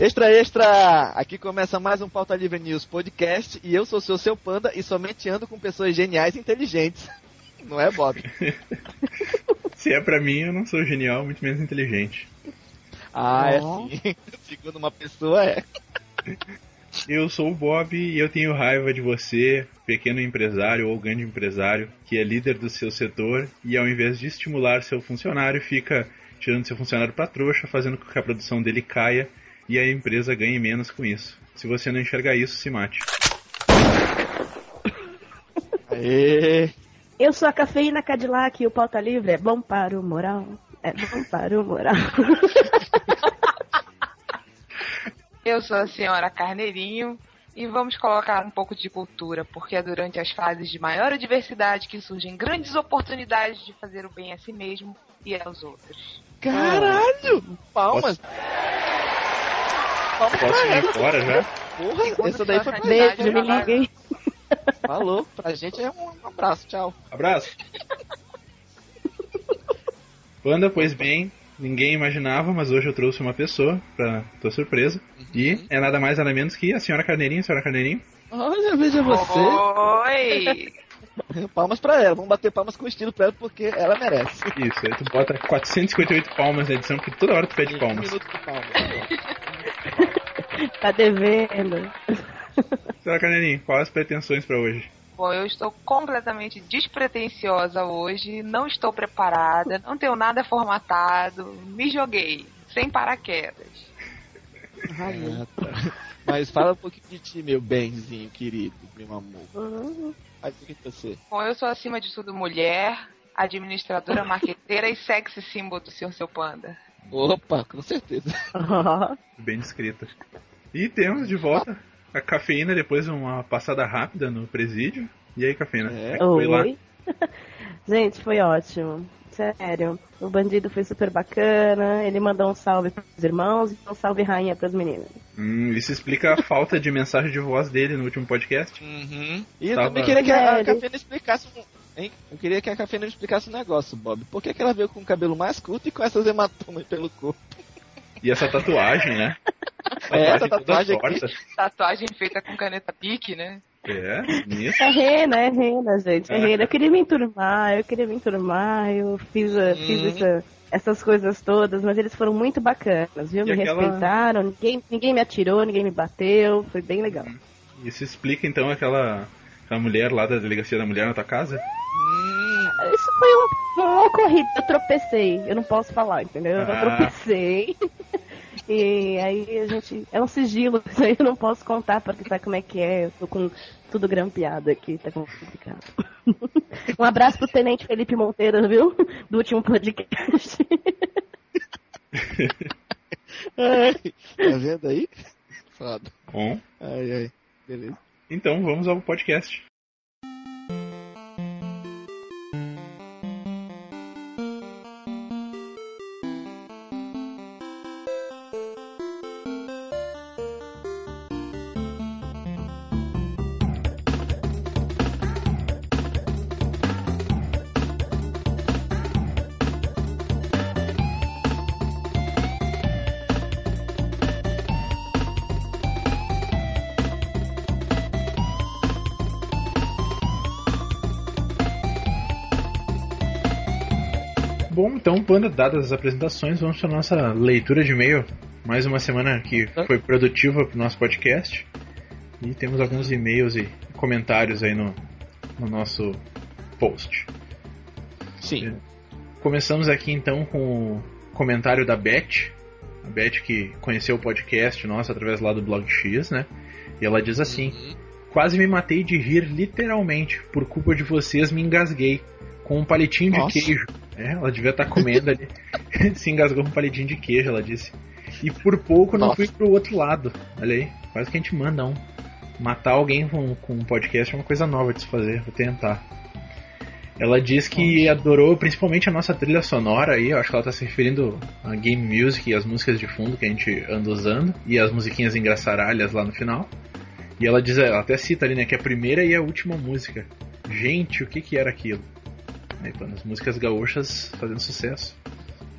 Extra, extra! Aqui começa mais um Pauta Livre News Podcast e eu sou o seu Panda e somente ando com pessoas geniais e inteligentes. Não é, Bob? Se é pra mim, eu não sou genial, muito menos inteligente. É sim. Segundo uma pessoa, é. Eu sou o Bob e eu tenho raiva de você, pequeno empresário ou grande empresário, que é líder do seu setor e ao invés de estimular seu funcionário, fica tirando seu funcionário pra trouxa, fazendo com que a produção dele caia e a empresa ganhe menos com isso. Se você não enxergar isso, se mate. Aê! Eu sou a Cafeína Cadillac e o Pauta Livre é bom para o moral. É bom para o moral. Eu sou a senhora Carneirinho e vamos colocar um pouco de cultura, porque é durante as fases de maior diversidade que surgem grandes oportunidades de fazer o bem a si mesmo e aos outros. Caralho! Palmas! Posso ir embora já? Porra, essa daí foi Beijo, me liguem. Falou, pra gente é um abraço, tchau. Abraço! Panda, pois bem, ninguém imaginava, mas hoje eu trouxe uma pessoa pra tua surpresa. E é nada mais nada menos que a senhora Carneirinho. Senhora Carneirinho? Olha, veja você. Oi! Palmas pra ela, vamos bater palmas com estilo pra ela porque ela merece. Isso, aí tu bota 458 palmas na edição, porque toda hora tu pede palmas. 1 minuto de palmas. Tá devendo. Senhora Carneirinho, quais as pretensões pra hoje? Bom, eu estou completamente despretensiosa hoje, não estou preparada, não tenho nada formatado, me joguei, sem paraquedas. Mas fala um pouquinho de ti, meu benzinho querido, meu amor. Faz o que você. Bom, eu sou acima de tudo mulher, administradora, marqueteira e sexy símbolo do Sr. Seu Panda. Opa, com certeza. Bem descrita. E temos de volta a Cafeína depois de uma passada rápida no presídio. E aí, Cafeína? Como é que foi lá? Oi. Gente, foi ótimo. Sério. O bandido foi super bacana. Ele mandou um salve pros irmãos e um salve rainha pras meninas. Isso explica a falta de mensagem de voz dele no último podcast. E eu também queria que a Cafeína explicasse hein? Eu queria que a Cafeína explicasse um negócio, Bob. Por que ela veio com o cabelo mais curto e com essas hematomas pelo corpo? E essa tatuagem, né? Essa tatuagem aqui. Tatuagem feita com caneta Bic, né? É, isso. É rena, gente. É rena. Eu queria me enturmar. Eu fiz essas coisas todas, mas eles foram muito bacanas, viu? Me respeitaram, ninguém me atirou, ninguém me bateu. Foi bem legal. Isso explica então aquela mulher lá da delegacia da mulher na tua casa? Isso foi uma ocorrida, eu tropecei. Eu não posso falar, entendeu? Eu tropecei. E aí a gente... É um sigilo, isso aí eu não posso contar, porque sabe como é que é. Eu tô com tudo grampeado aqui, tá complicado. Um abraço pro Tenente Felipe Monteiro, viu? Do último podcast. Tá vendo aí? Foda. Bom. Ai, beleza. Então vamos ao podcast. Bom, então, Panda, dadas as apresentações, vamos para a nossa leitura de e-mail. Mais uma semana que foi produtiva para o nosso podcast. E temos alguns e-mails e comentários aí no nosso post. Sim. Começamos aqui então com o comentário da Beth. A Beth que conheceu o podcast nosso através lá do Blog X, né? E ela diz assim: quase me matei de rir literalmente. Por culpa de vocês me engasguei com um palitinho de queijo. Ela devia estar comendo ali. Se engasgou com um palitinho de queijo, ela disse. E por pouco não fui pro outro lado. Olha aí, quase que a gente manda um. Matar alguém com um podcast é uma coisa nova de se fazer, vou tentar. Ela diz que adorou principalmente a nossa trilha sonora aí, eu acho que ela está se referindo a Game Music e as músicas de fundo que a gente anda usando, e as musiquinhas engraçaralhas lá no final. E ela diz, ela até cita ali, né, que é a primeira e a última música. Gente, o que era aquilo? Aí, as músicas gaúchas fazendo sucesso.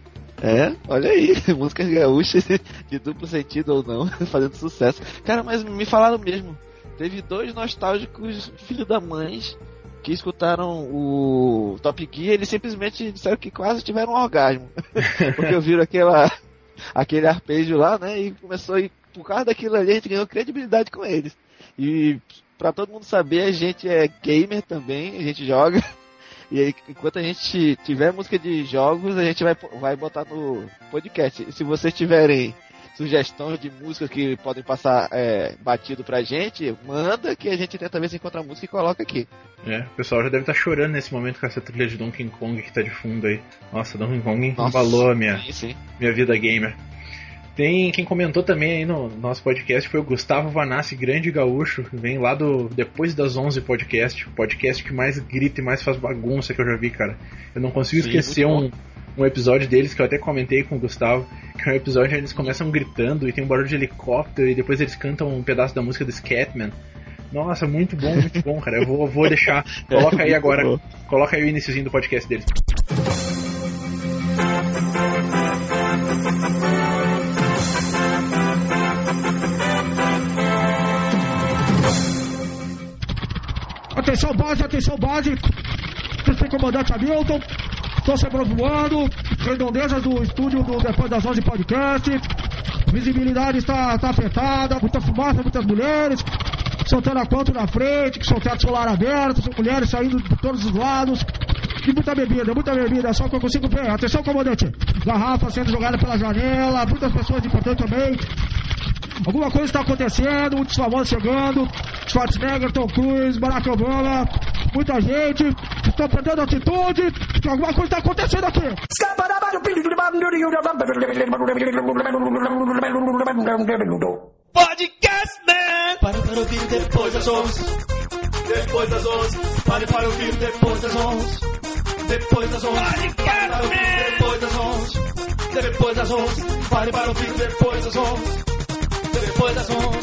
Olha aí, músicas gaúchas de duplo sentido ou não, fazendo sucesso. Cara, mas me falaram mesmo, teve 2 nostálgicos filho da mãe que escutaram o Top Gear, eles simplesmente disseram que quase tiveram um orgasmo. Porque ouviram aquele arpejo lá, né, e começou, e por causa daquilo ali a gente ganhou credibilidade com eles. E pra todo mundo saber, a gente é gamer também, a gente joga. E aí, enquanto a gente tiver música de jogos, a gente vai botar no podcast. E se vocês tiverem sugestões de músicas que podem passar batido pra gente, manda que a gente tenta ver se encontra a música e coloca aqui. O pessoal já deve estar chorando nesse momento com essa trilha de Donkey Kong que tá de fundo aí. Nossa, Donkey Kong embalou a minha vida gamer. Tem quem comentou também aí no nosso podcast, foi o Gustavo Vanassi, grande gaúcho, vem lá do Depois das 11 podcast, o podcast que mais grita e mais faz bagunça que eu já vi, cara. Eu não consigo esquecer um episódio deles que eu até comentei com o Gustavo, que é um episódio onde eles começam gritando e tem um barulho de helicóptero e depois eles cantam um pedaço da música do Scatman. Nossa, muito bom, cara. Eu vou deixar. Coloca aí agora, coloca aí o iniciozinho do podcast deles. Atenção base, Esse comandante Hamilton, estou sobrevoando, redondezas do estúdio do Depois das 11 podcast, visibilidade está afetada, muita fumaça, muitas mulheres, soltando a conta na frente, que soltando solar aberto, mulheres saindo de todos os lados, e muita bebida, só que eu consigo ver. Atenção comandante, garrafa sendo jogada pela janela, muitas pessoas importantes também. Alguma coisa está acontecendo, muitos famosos chegando, Schwarzenegger, Tom Cruise, Barack Obama, muita gente, estão perdendo atitude, alguma coisa está acontecendo aqui. Podcast Man! Para ouvir depois das 11. Depois das 11. Para ouvir depois das 11. Depois das 11. Podcast Man! Depois das 11. Depois das 11. Para ouvir depois das 11. Depois das 11.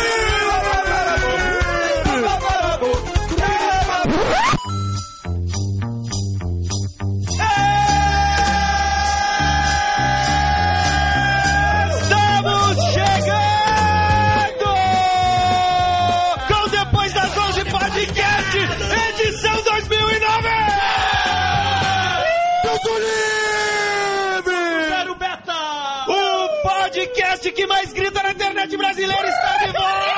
Estamos chegando com Depois das 11 Podcast, edição 2009. Tudo livre! Zero Beta! O podcast que mais grita na internet brasileira está de volta!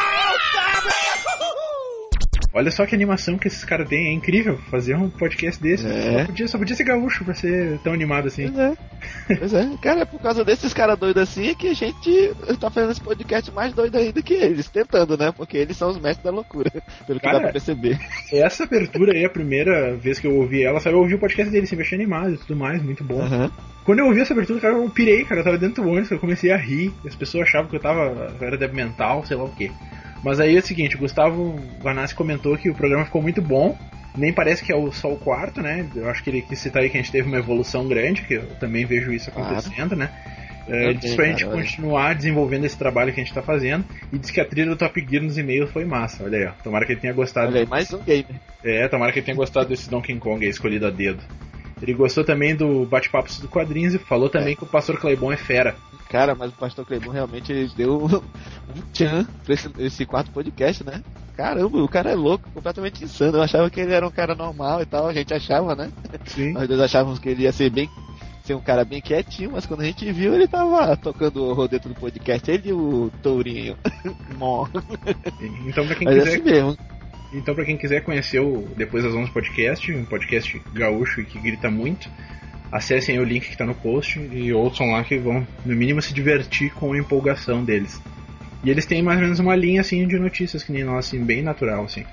Olha só que animação que esses caras têm, é incrível fazer um podcast desse. Só podia ser gaúcho pra ser tão animado assim. Pois é. Cara, é por causa desses caras doidos assim que a gente tá fazendo esse podcast mais doido ainda que eles, tentando, né? Porque eles são os mestres da loucura, pelo que dá pra perceber. Essa abertura aí, a primeira vez que eu ouvi ela, sabe, eu ouvi o podcast dele, sempre achei animado e tudo mais, muito bom. Quando eu ouvi essa abertura, cara, eu pirei, cara, eu tava dentro do ônibus, eu comecei a rir, as pessoas achavam que eu era débil mental, sei lá o quê. Mas aí é o seguinte, o Gustavo Vanassi comentou que o programa ficou muito bom, nem parece que é só o quarto, né? Eu acho que ele quis citar aí que a gente teve uma evolução grande, que eu também vejo isso acontecendo, né? Ele disse pra gente continuar desenvolvendo esse trabalho que a gente tá fazendo, e disse que a trilha do Top Gear nos e-mails foi massa, olha aí, ó. Tomara que ele tenha gostado. Olha aí, mais um gamer. Tomara que ele tenha gostado desse Donkey Kong aí, escolhido a dedo. Ele gostou também do bate-papo do quadrinhos e falou também que o Pastor Cleibon é fera. Cara, mas o Pastor Cleibon realmente deu um tchan pra esse quarto podcast, né? Caramba, o cara é louco, completamente insano. Eu achava que ele era um cara normal e tal, a gente achava, né? Sim. Nós dois achávamos que ele ia ser um cara bem quietinho, mas quando a gente viu, ele tava tocando o rodeto do podcast, ele e o Tourinho. Então, pra quem mas quiser... é assim mesmo. Então, pra quem quiser conhecer o Depois das 11 podcast, um podcast gaúcho e que grita muito, acessem o link que tá no post e ouçam lá que vão, no mínimo, se divertir com a empolgação deles. E eles têm mais ou menos uma linha, assim, de notícias que nem nós, assim, bem natural, assim.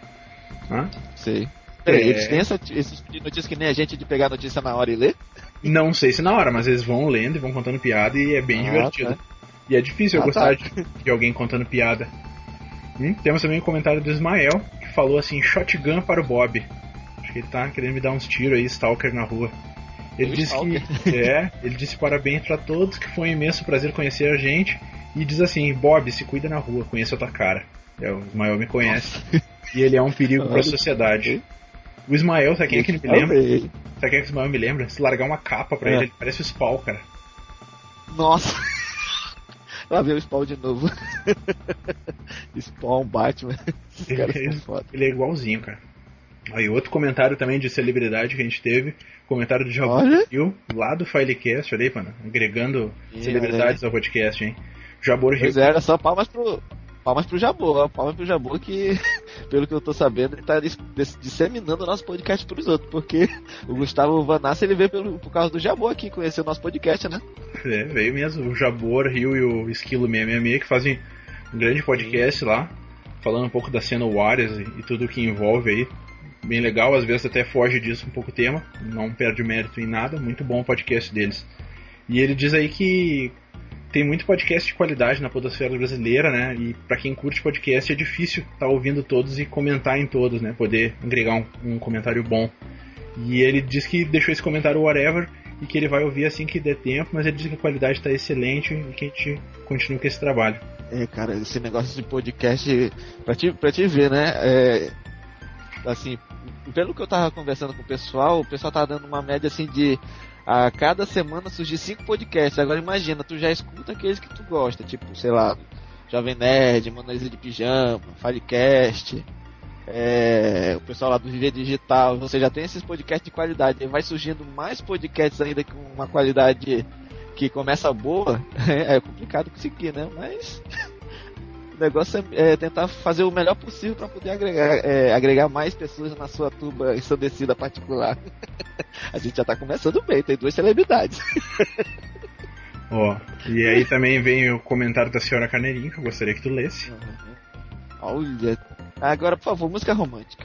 Sei. Eles têm esse tipo de notícia que nem a gente, de pegar a notícia na hora e ler? Não sei se na hora, mas eles vão lendo e vão contando piada e é bem divertido. Tá. E é difícil eu gostar de alguém contando piada. Temos também um comentário do Ismael, que falou assim, shotgun para o Bob. Acho que ele tá querendo me dar uns tiros aí, stalker na rua. Ele disse ele disse parabéns para todos, que foi um imenso prazer conhecer a gente. E diz assim, Bob, se cuida na rua, conheça a tua cara. O Ismael me conhece. E ele é um perigo para a sociedade. O Ismael, sabe quem é que ele me lembra? Sabe quem é que o Ismael me lembra? Se largar uma capa pra ele parece o Spawn, cara. Nossa! Lá veio o Spawn de novo. Spawn, Batman. Esses caras são foda. Ele é igualzinho, cara. Aí outro comentário também de celebridade que a gente teve. Comentário do Jabor Rio, lá do Filecast, olha aí, mano. Agregando celebridades ao podcast, hein? Jabor Rio. Pois é, era só palmas pro Jabor. Palmas pro Jabor que, pelo que eu tô sabendo, ele tá disseminando o nosso podcast pros outros. Porque o Gustavo Vanassa, ele veio por causa do Jabor aqui, conhecer o nosso podcast, né? É, veio mesmo. O Jabor Rio e o Esquilo 666 que fazem um grande podcast lá. Falando um pouco da cena Warriors e tudo que envolve aí. Bem legal, às vezes até foge disso um pouco o tema, não perde mérito em nada, muito bom o podcast deles. E ele diz aí que tem muito podcast de qualidade na podosfera brasileira, né? E pra quem curte podcast é difícil estar ouvindo todos e comentar em todos, né? Poder agregar um comentário bom. E ele diz que deixou esse comentário whatever e que ele vai ouvir assim que der tempo, mas ele diz que a qualidade está excelente e que a gente continue com esse trabalho. É, cara, esse negócio de podcast, pra te ver, né? Assim, pelo que eu tava conversando com o pessoal tá dando uma média assim de a cada semana surgir 5 podcasts. Agora imagina, tu já escuta aqueles que tu gosta, tipo, sei lá, Jovem Nerd, Manoísa de Pijama, Filecast, o pessoal lá do Viver Digital. Você já tem esses podcasts de qualidade, e vai surgindo mais podcasts ainda com uma qualidade que começa boa. É complicado conseguir, né? Mas o negócio é tentar fazer o melhor possível para poder agregar mais pessoas na sua turba ensandecida particular. A gente já tá começando bem, tem 2 celebridades. E aí também vem o comentário da senhora Carneirinho, que eu gostaria que tu lesse. Olha, agora por favor, música romântica.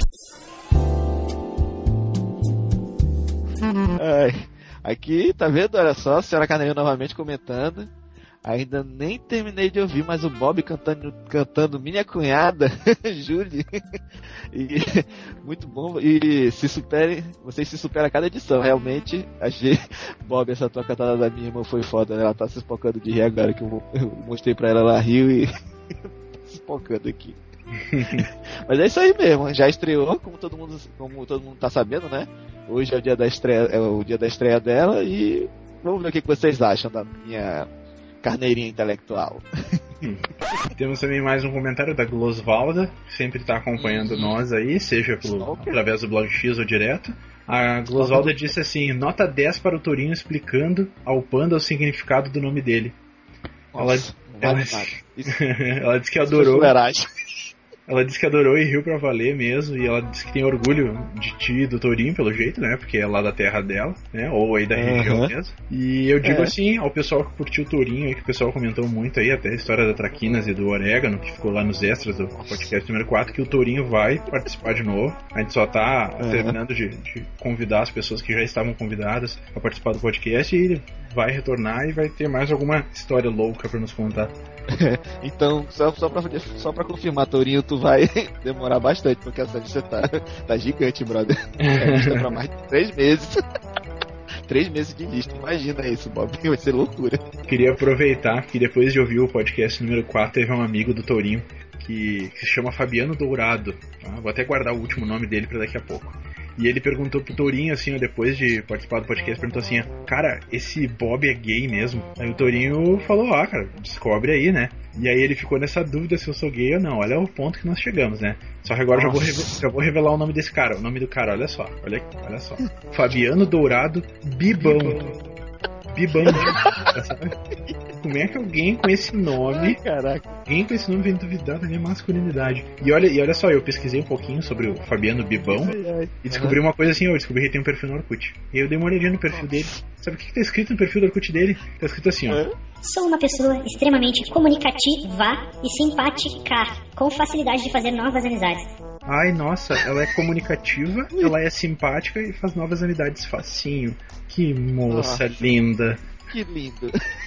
Aqui, tá vendo? Olha só, a senhora Carneirinho novamente comentando. Ainda nem terminei de ouvir, mas o Bob cantando Minha Cunhada, Julie. E muito bom. E vocês se superam a cada edição. Realmente, achei, Bob, essa tua cantada da minha irmã foi foda, né? Ela tá se espocando de rir agora que eu mostrei pra ela riu e tá se espocando aqui. Mas é isso aí mesmo, já estreou, como todo mundo tá sabendo, né? Hoje é o dia da estreia dela e vamos ver o que vocês acham da minha carneirinha intelectual. Temos também mais um comentário da Glosvalda, que sempre está acompanhando nós aí, seja através do Blog X ou direto. A Glosvalda disse assim: nota 10 para o Torinho explicando ao Panda o significado do nome dele. Nossa, ela disse que adorou. Ela disse que adorou e riu pra valer mesmo. E ela disse que tem orgulho de ti e do Torinho, pelo jeito, né? Porque é lá da terra dela, né? Ou aí da região mesmo. E eu digo assim, ao pessoal que curtiu o Torinho aí, que o pessoal comentou muito aí, até a história da Traquinas e do orégano, que ficou lá nos extras do podcast número 4, que o Torinho vai participar de novo. A gente só tá terminando de convidar as pessoas que já estavam convidadas a participar do podcast, e ele vai retornar e vai ter mais alguma história louca pra nos contar. Então, só pra confirmar, Torinho, tu vai demorar bastante, porque essa lista tá gigante, brother. É lista pra mais de 3 meses. 3 meses de lista, imagina isso, Bob, vai ser loucura. Queria aproveitar que depois de ouvir o podcast número 4, teve um amigo do Torinho que se chama Fabiano Dourado, tá? Vou até guardar o último nome dele pra daqui a pouco. E ele perguntou pro Torinho, assim, ó, depois de participar do podcast, perguntou assim, ó, cara, esse Bob é gay mesmo? Aí o Torinho falou, cara, descobre aí, né? E aí ele ficou nessa dúvida se eu sou gay ou não. Olha o ponto que nós chegamos, né? Só que agora já vou revelar o nome desse cara. O nome do cara, olha só. Fabiano Dourado Bibão. Como é que alguém com esse nome, alguém com esse nome vem duvidar da minha masculinidade? E olha só, eu pesquisei um pouquinho sobre o Fabiano Bibão e descobri uma coisa assim, eu descobri que ele tem um perfil no Orkut. E eu dei uma olhadinha no perfil dele. Sabe o que tá escrito no perfil do Orkut dele? Tá escrito assim, ó. Sou uma pessoa extremamente comunicativa e simpática, com facilidade de fazer novas amizades. Ai, nossa, ela é comunicativa, ela é simpática e faz novas amizades facinho. Que moça linda. Que lindo.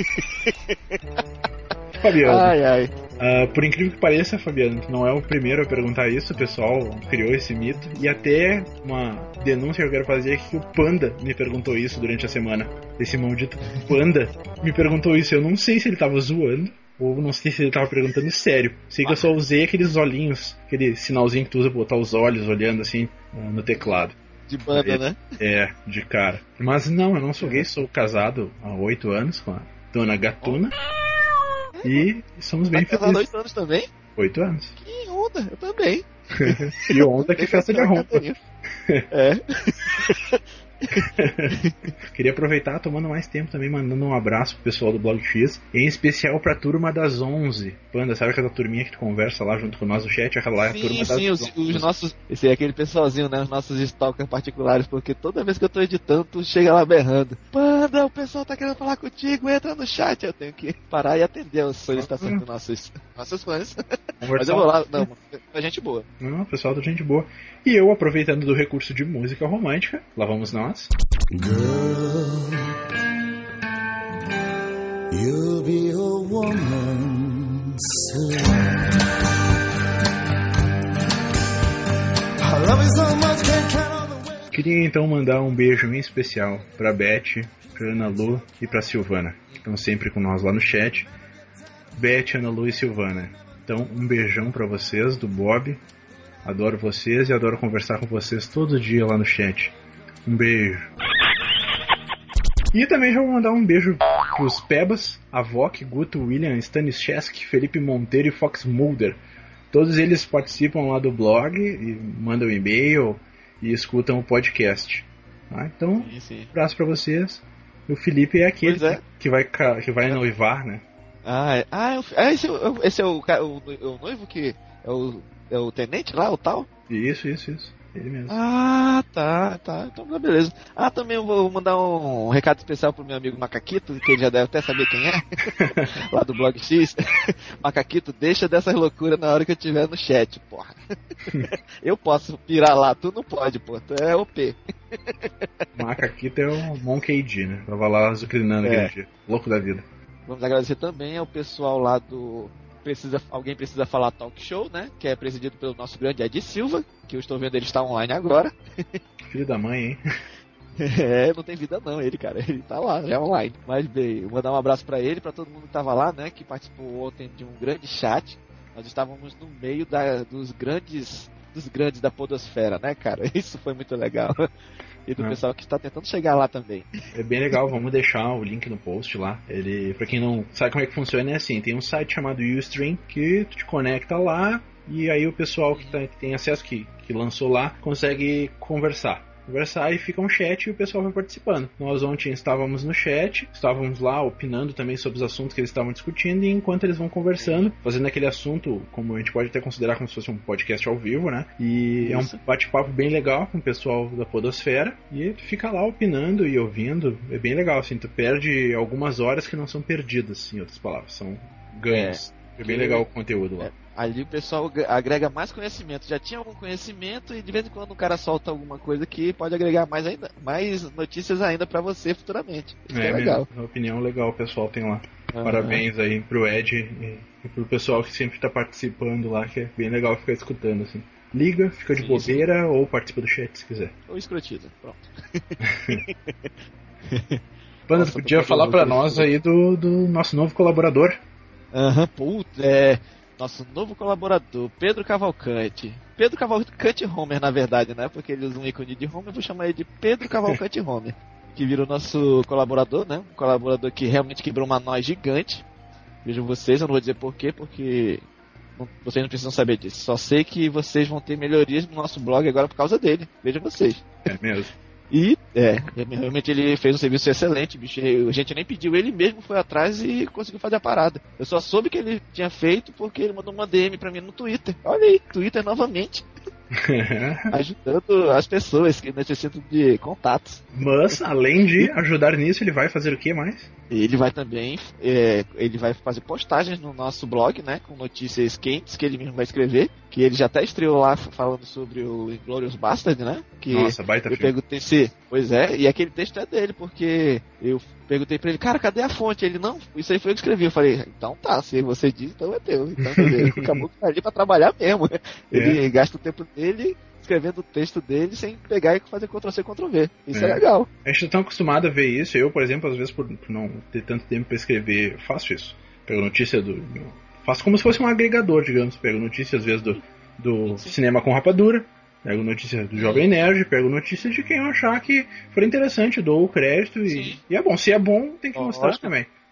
Fabiano, ai. Por incrível que pareça, Fabiano, tu não é o primeiro a perguntar isso, o pessoal criou esse mito. E até uma denúncia que eu quero fazer é que o Panda me perguntou isso durante a semana. Esse maldito Panda me perguntou isso, eu não sei se ele tava zoando ou não sei se ele tava perguntando sério. Sei que eu só usei aqueles olhinhos, aquele sinalzinho que tu usa pra botar os olhos olhando assim no teclado. De banda, né? De cara. Mas não, eu não sou gay, sou casado há 8 anos com a Dona Gatuna. E somos bem felizes. Tá 8 anos também? 8 anos. Que onda, eu também. E onda que festa de arromba. É. Queria aproveitar, tomando mais tempo também, mandando um abraço pro pessoal do Blog X, em especial pra turma das 11. Panda, sabe aquela turminha que tu conversa lá junto com nós no chat? Aquela lá é a turma das 11. Os nossos, esse é aquele pessoalzinho, né? Os nossos stalkers particulares, porque toda vez que eu tô editando, tu chega lá berrando: Panda, o pessoal tá querendo falar contigo, entra no chat. Eu tenho que parar e atender as solicitações dos nossos fãs. Mas eu vou lá, não, é gente boa. Não, pessoal da gente boa. E eu, aproveitando do recurso de música romântica, lá vamos nós. Girl, you'll be a woman soon. I love you so much, can't count on the way. Queria então mandar um beijo em especial pra Beth, pra Ana Lu e pra Silvana, que estão sempre com nós lá no chat. Beth, Ana Lu e Silvana. Então, um beijão pra vocês, do Bob. Adoro vocês e adoro conversar com vocês todo dia lá no chat. Um beijo. E também já vou mandar um beijo pros Pebas, Avok, Guto, William, Staniszewski, Felipe Monteiro e Fox Mulder. Todos eles participam lá do blog e mandam e-mail e escutam o podcast. Tá? Então, sim. Um abraço pra vocês. E o Felipe é aquele que vai noivar, né? Esse é o noivo que é o tenente lá, o tal? Isso. Ele mesmo. Tá. Então tá, beleza. Também eu vou mandar um recado especial pro meu amigo Macaquito, que ele já deve até saber quem é, lá do Blog X. Macaquito, deixa dessas loucuras na hora que eu estiver no chat, porra. Eu posso pirar lá, tu não pode, pô, tu é OP. Macaquito é o Monkey D, né? Tava lá azucrinando aquele dia. Louco da vida. Vamos agradecer também ao pessoal lá do Alguém Precisa Falar Talk Show, né? Que é presidido pelo nosso grande Ed Silva, que eu estou vendo ele está online agora. Filho da mãe, hein? Não tem vida não, ele, cara. Ele tá lá, já online. Mas bem, eu vou dar um abraço pra ele, pra todo mundo que tava lá, né? Que participou ontem de um grande chat. Nós estávamos no meio dos grandes da podosfera, né, cara? Isso foi muito legal. E do pessoal que está tentando chegar lá também. É bem legal, vamos deixar o link no post lá. Pra quem não sabe como é que funciona, é assim, tem um site chamado Ustream que tu te conecta lá e aí o pessoal que tem acesso, que lançou lá, consegue conversar e fica um chat e o pessoal vai participando. Nós ontem estávamos no chat, estávamos lá opinando também sobre os assuntos que eles estavam discutindo, e enquanto eles vão conversando, fazendo aquele assunto, como a gente pode até considerar como se fosse um podcast ao vivo, né? E é um bate-papo bem legal com o pessoal da podosfera, e tu fica lá opinando e ouvindo, é bem legal, assim, tu perde algumas horas que não são perdidas, em outras palavras, são ganhos. É bem legal o conteúdo lá. Ali o pessoal agrega mais conhecimento. Já tinha algum conhecimento e de vez em quando o cara solta alguma coisa que pode agregar mais notícias ainda pra você futuramente. Isso é legal. A opinião legal o pessoal tem lá. Parabéns aí pro Ed e pro pessoal que sempre tá participando lá, que é bem legal ficar escutando, assim. Liga, fica de bobeira ou participa do chat se quiser. Ou escrotiza, pronto. Panda, tu podia falar pra nós aí do nosso novo colaborador. Nosso novo colaborador, Pedro Cavalcante. Pedro Cavalcante Homer, na verdade, né? Porque ele usa um ícone de Homer, eu vou chamar ele de Pedro Cavalcante Homer. Que virou nosso colaborador, né? Um colaborador que realmente quebrou uma noz gigante. Vejam vocês, eu não vou dizer porquê, porque vocês não precisam saber disso. Só sei que vocês vão ter melhorias no nosso blog agora por causa dele. Vejam vocês. É mesmo. E, realmente ele fez um serviço excelente, bicho. A gente nem pediu, ele mesmo foi atrás e conseguiu fazer a parada. Eu só soube que ele tinha feito porque ele mandou uma DM pra mim no Twitter. Olha aí, Twitter novamente. Ajudando as pessoas que necessitam de contatos. Mas, além de ajudar nisso, ele vai fazer o que mais? Ele vai também ele vai fazer postagens no nosso blog, né, com notícias quentes que ele mesmo vai escrever, que ele já até estreou lá falando sobre o Inglourious Bastard, né? Que nossa, baita eu perguntei se... Pois é, e aquele texto é dele, porque eu perguntei pra ele, cara, cadê a fonte? Ele, não, isso aí foi eu que escrevi. Eu falei, então tá, se você diz, então é teu. Então, ele acabou que tá ali pra trabalhar mesmo. Ele gasta o tempo dele escrevendo o texto dele sem pegar e fazer Ctrl-C, Ctrl-V. Isso é legal. A gente tá tão acostumado a ver isso. Eu, por exemplo, às vezes por não ter tanto tempo pra escrever, eu faço isso. Pego notícia faço como se fosse um agregador, digamos. Pego notícia, às vezes, do cinema com rapadura. Pego notícia do Jovem Nerd, pego notícia de quem eu achar que for interessante, dou o crédito e é bom. Se é bom, tem que mostrar também.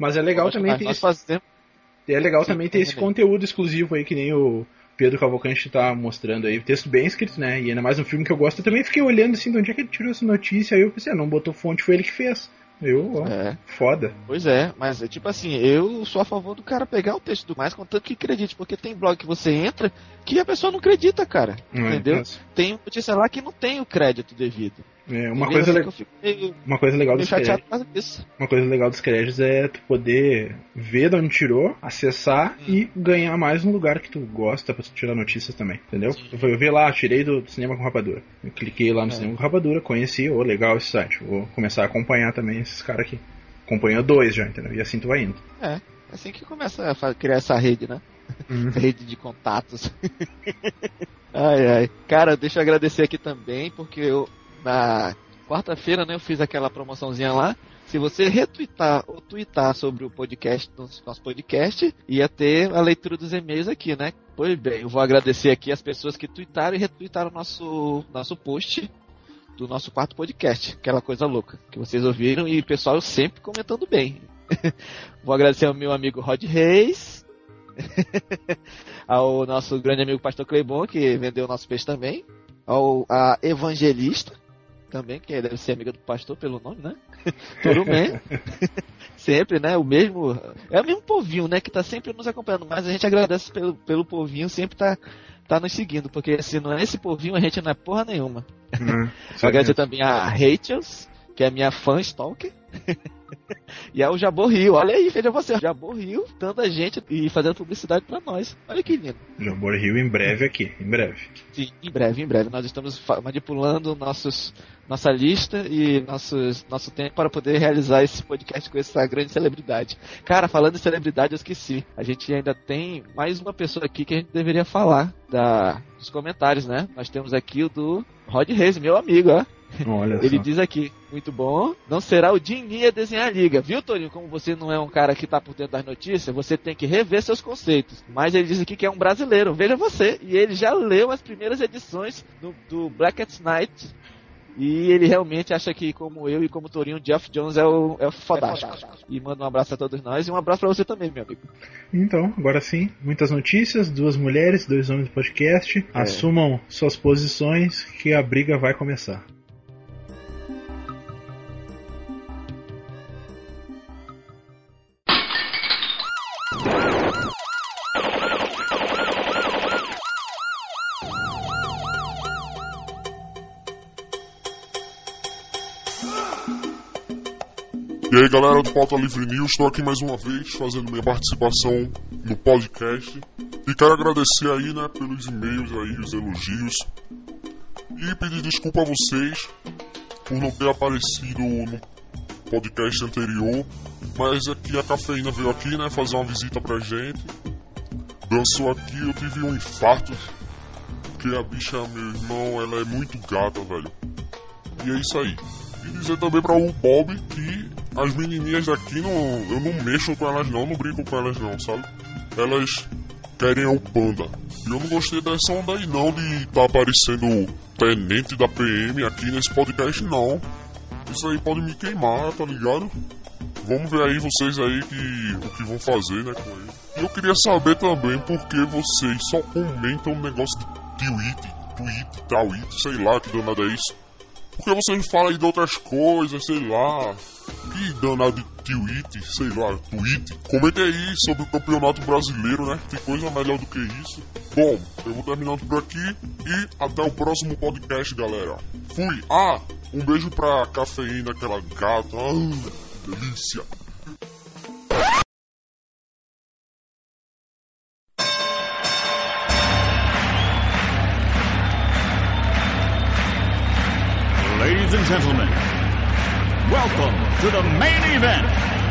Mas é legal também ter esse conteúdo exclusivo aí, que nem o Pedro Cavalcante tá mostrando aí. Texto bem escrito, né? E ainda mais um filme que eu gosto. Eu também fiquei olhando assim, de onde é que ele tirou essa notícia? Aí eu pensei, não botou fonte, foi ele que fez. Foda. Pois é, mas é tipo assim, eu sou a favor do cara pegar o texto do mais, contanto que acredite, porque tem blog que você entra que a pessoa não acredita, cara. Entendeu? Tem notícia lá que não tem o crédito devido. Uma coisa legal dos créditos. Uma coisa legal dos créditos é tu poder ver de onde tirou, acessar e ganhar mais no lugar que tu gosta pra tirar notícias também, entendeu? Eu vi lá, tirei do Cinema com Rapadura. Eu cliquei lá no Cinema com Rapadura, conheci, legal esse site. Vou começar a acompanhar também esses caras aqui. Acompanha 2 já, entendeu? E assim tu vai indo. É assim que começa a criar essa rede, né? Rede de contatos. Ai. Cara, deixa eu agradecer aqui também, porque eu na quarta-feira, né, eu fiz aquela promoçãozinha lá. Se você retweetar ou tweetar sobre o podcast, nosso podcast, ia ter a leitura dos e-mails aqui, né? Pois bem, eu vou agradecer aqui as pessoas que tweetaram e retweetaram nosso post do nosso quarto podcast, aquela coisa louca que vocês ouviram, e o pessoal sempre comentando bem. Vou agradecer ao meu amigo Rod Reis, ao nosso grande amigo Pastor Cleibon, que vendeu o nosso peixe também, a Evangelista também, que deve ser amiga do pastor pelo nome, né? Turumé. Sempre, né? É o mesmo povinho, né? Que tá sempre nos acompanhando. Mas a gente agradece pelo povinho, sempre tá nos seguindo. Porque se não é esse povinho, a gente não é porra nenhuma. Agradecer também a Rachels, que é minha fã stalker. E é o Jabor Rio, olha aí, veja você, Jabor Rio, tanta gente e fazendo publicidade pra nós. Olha que lindo. Jabor Rio em breve aqui, em breve. Sim, em breve. Nós estamos manipulando nossa lista e nosso tempo para poder realizar esse podcast com essa grande celebridade. Cara, falando em celebridade, eu esqueci. A gente ainda tem mais uma pessoa aqui que a gente deveria falar dos comentários, né? Nós temos aqui o do Rod Reis, meu amigo, ó. Ele diz aqui, muito bom, não será o Dininho a desenhar a liga, viu, Torinho? Como você não é um cara que tá por dentro das notícias, você tem que rever seus conceitos. Mas ele diz aqui que é um brasileiro, veja você, e ele já leu as primeiras edições do Blackest Night, e ele realmente acha que, como eu e como o Torinho, Geoff Jones é o fodástico. E manda um abraço a todos nós, e um abraço pra você também, meu amigo. Então, agora sim, muitas notícias, 2 mulheres, 2 homens do podcast, assumam suas posições, que a briga vai começar. E aí galera do Pauta Livre News, estou aqui mais uma vez fazendo minha participação no podcast e quero agradecer aí, né, pelos e-mails aí, os elogios, e pedir desculpa a vocês por não ter aparecido no podcast anterior, mas aqui a Cafeína veio aqui, né, fazer uma visita pra gente, dançou aqui, eu tive um infarto, porque a bicha, meu irmão, ela é muito gata, velho, e é isso aí. E dizer também pra o Bob que as menininhas daqui, eu não mexo com elas não brinco com elas não, sabe? Elas querem o Panda. E eu não gostei dessa onda aí não, de tá aparecendo tenente da PM aqui nesse podcast não. Isso aí pode me queimar, tá ligado? Vamos ver aí vocês aí o que vão fazer, né, com ele. E eu queria saber também por que vocês só comentam um negócio de tweet, sei lá, que danada é isso. Porque vocês não falam aí de outras coisas, sei lá. Que danado de tweet, sei lá, tweet. Comente aí sobre o campeonato brasileiro, né? Tem coisa melhor do que isso. Bom, eu vou terminando por aqui e até o próximo podcast, galera. Fui! Um beijo pra Cafeína, aquela gata. Delícia! Ladies and gentlemen, welcome to the main event.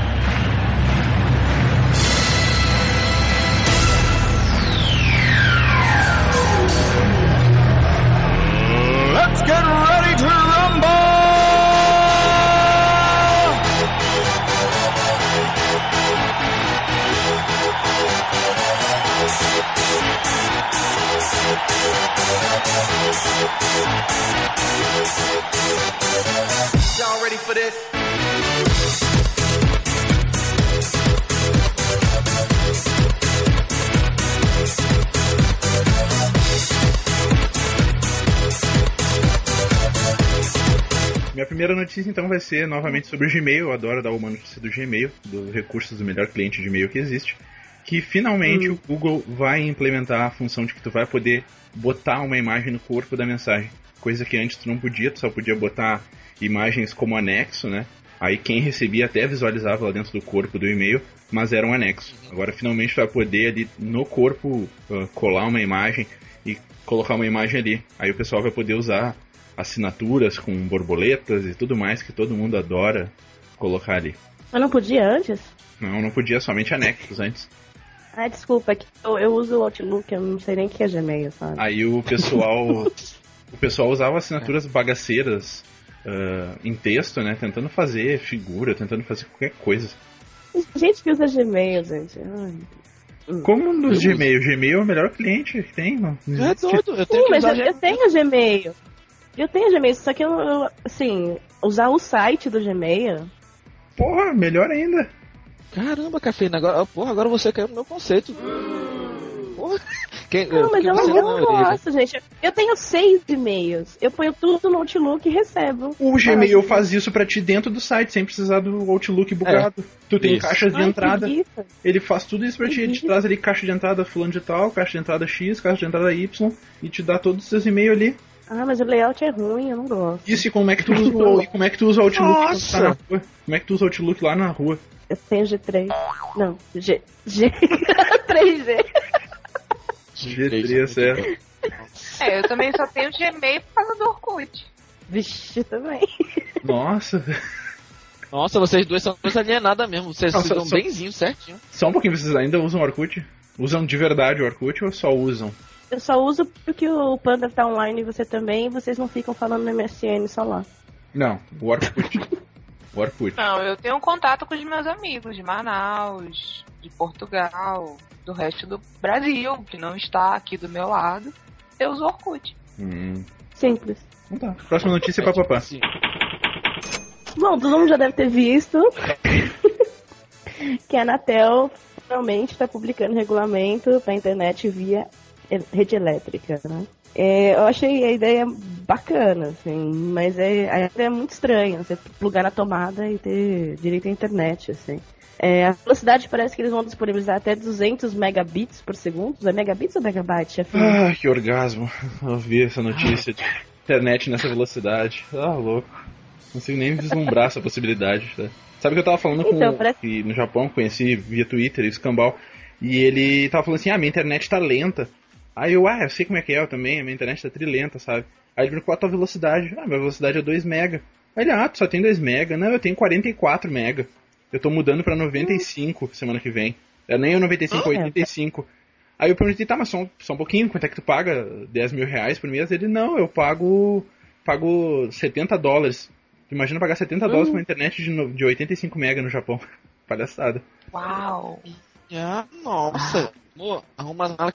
Let's get ready to rumble! Y'all ready for this? primeira notícia então vai ser novamente sobre o Gmail. Eu adoro dar uma notícia do Gmail, dos recursos do melhor cliente de e-mail que existe. Que finalmente o Google vai implementar a função de que tu vai poder botar uma imagem no corpo da mensagem. Coisa que antes tu não podia, tu só podia botar imagens como anexo, né? Aí quem recebia até visualizava lá dentro do corpo do e-mail, mas era um anexo. Agora finalmente tu vai poder ali no corpo colar uma imagem e colocar uma imagem ali. Aí o pessoal vai poder usar assinaturas com borboletas e tudo mais que todo mundo adora colocar ali. Mas não podia antes? Não podia, somente anexos antes. Ah, desculpa, que eu uso o Outlook, eu não sei nem o que é Gmail, sabe? Aí o pessoal usava assinaturas bagaceiras em texto, né? Tentando fazer figura, tentando fazer qualquer coisa. Gente que usa Gmail, gente. Ai. Como nos Gmail? Gmail é o melhor cliente que tem, mano. É doido, eu tenho Sim, que mas usar eu tenho Gmail. Eu tenho Gmail, só que eu, assim, usar o site do Gmail... Porra, melhor ainda. Caramba, Cafeína, agora você caiu no meu conceito. Porra. Não, mas eu não gosto, gente. Eu tenho 6 e-mails. Eu ponho tudo no Outlook e recebo. O Gmail faz isso pra ti dentro do site, sem precisar do Outlook bugado. Tu tem caixas de entrada. Ele faz tudo isso pra ti. Ele te traz ali caixa de entrada fulano de tal, caixa de entrada X, caixa de entrada Y, e te dá todos os seus e-mails ali. Ah, mas o layout é ruim, eu não gosto. Isso, e como é que tu usa o Outlook quando tu tá na rua? Como é que tu usa o Outlook lá na rua? Eu tenho G3. Não, G 3G. G3, certo. Eu também só tenho Gmail por causa do Orkut. Vixe, também. Nossa, vocês dois são coisa alienada mesmo. Vocês são benzinho, certinho. Só um pouquinho, vocês ainda usam o Orkut? Usam de verdade o Orkut ou só usam? Eu só uso porque o Panda tá online e você também, e vocês não ficam falando no MSN só lá. Não, o Orkut. Não, eu tenho contato com os meus amigos de Manaus, de Portugal, do resto do Brasil, que não está aqui do meu lado. Eu uso o Orkut. Simples. Então tá. Próxima notícia, papapá. Bom, todo mundo já deve ter visto que a Anatel finalmente está publicando regulamento para internet via rede elétrica, né? Eu achei a ideia bacana, assim, mas a ideia é muito estranha, você plugar na tomada e ter direito à internet, assim. A velocidade parece que eles vão disponibilizar até 200 megabits por segundo. É megabits ou megabytes, chefinho? Ah, que orgasmo. Eu vi essa notícia de internet nessa velocidade. Ah, louco. Não consigo nem vislumbrar essa possibilidade, tá? Sabe que eu tava falando que no Japão, conheci via Twitter, Escambau, e ele tava falando assim, minha internet tá lenta. Aí eu sei como é que é, eu também, a minha internet tá trilenta, sabe? Aí ele perguntou qual a tua velocidade. Minha velocidade é 2 mega. Aí ele, tu só tem 2 mega? Não, eu tenho 44 mega. Eu tô mudando pra 95 semana que vem. Nem o 95, 85. Aí eu perguntei, tá, mas só um pouquinho, quanto é que tu paga? 10 mil reais por mês? Ele, não, eu pago $70. Tu imagina pagar $70 com uma internet de 85 mega no Japão. Palhaçada. Uau! Nossa. Arruma nada.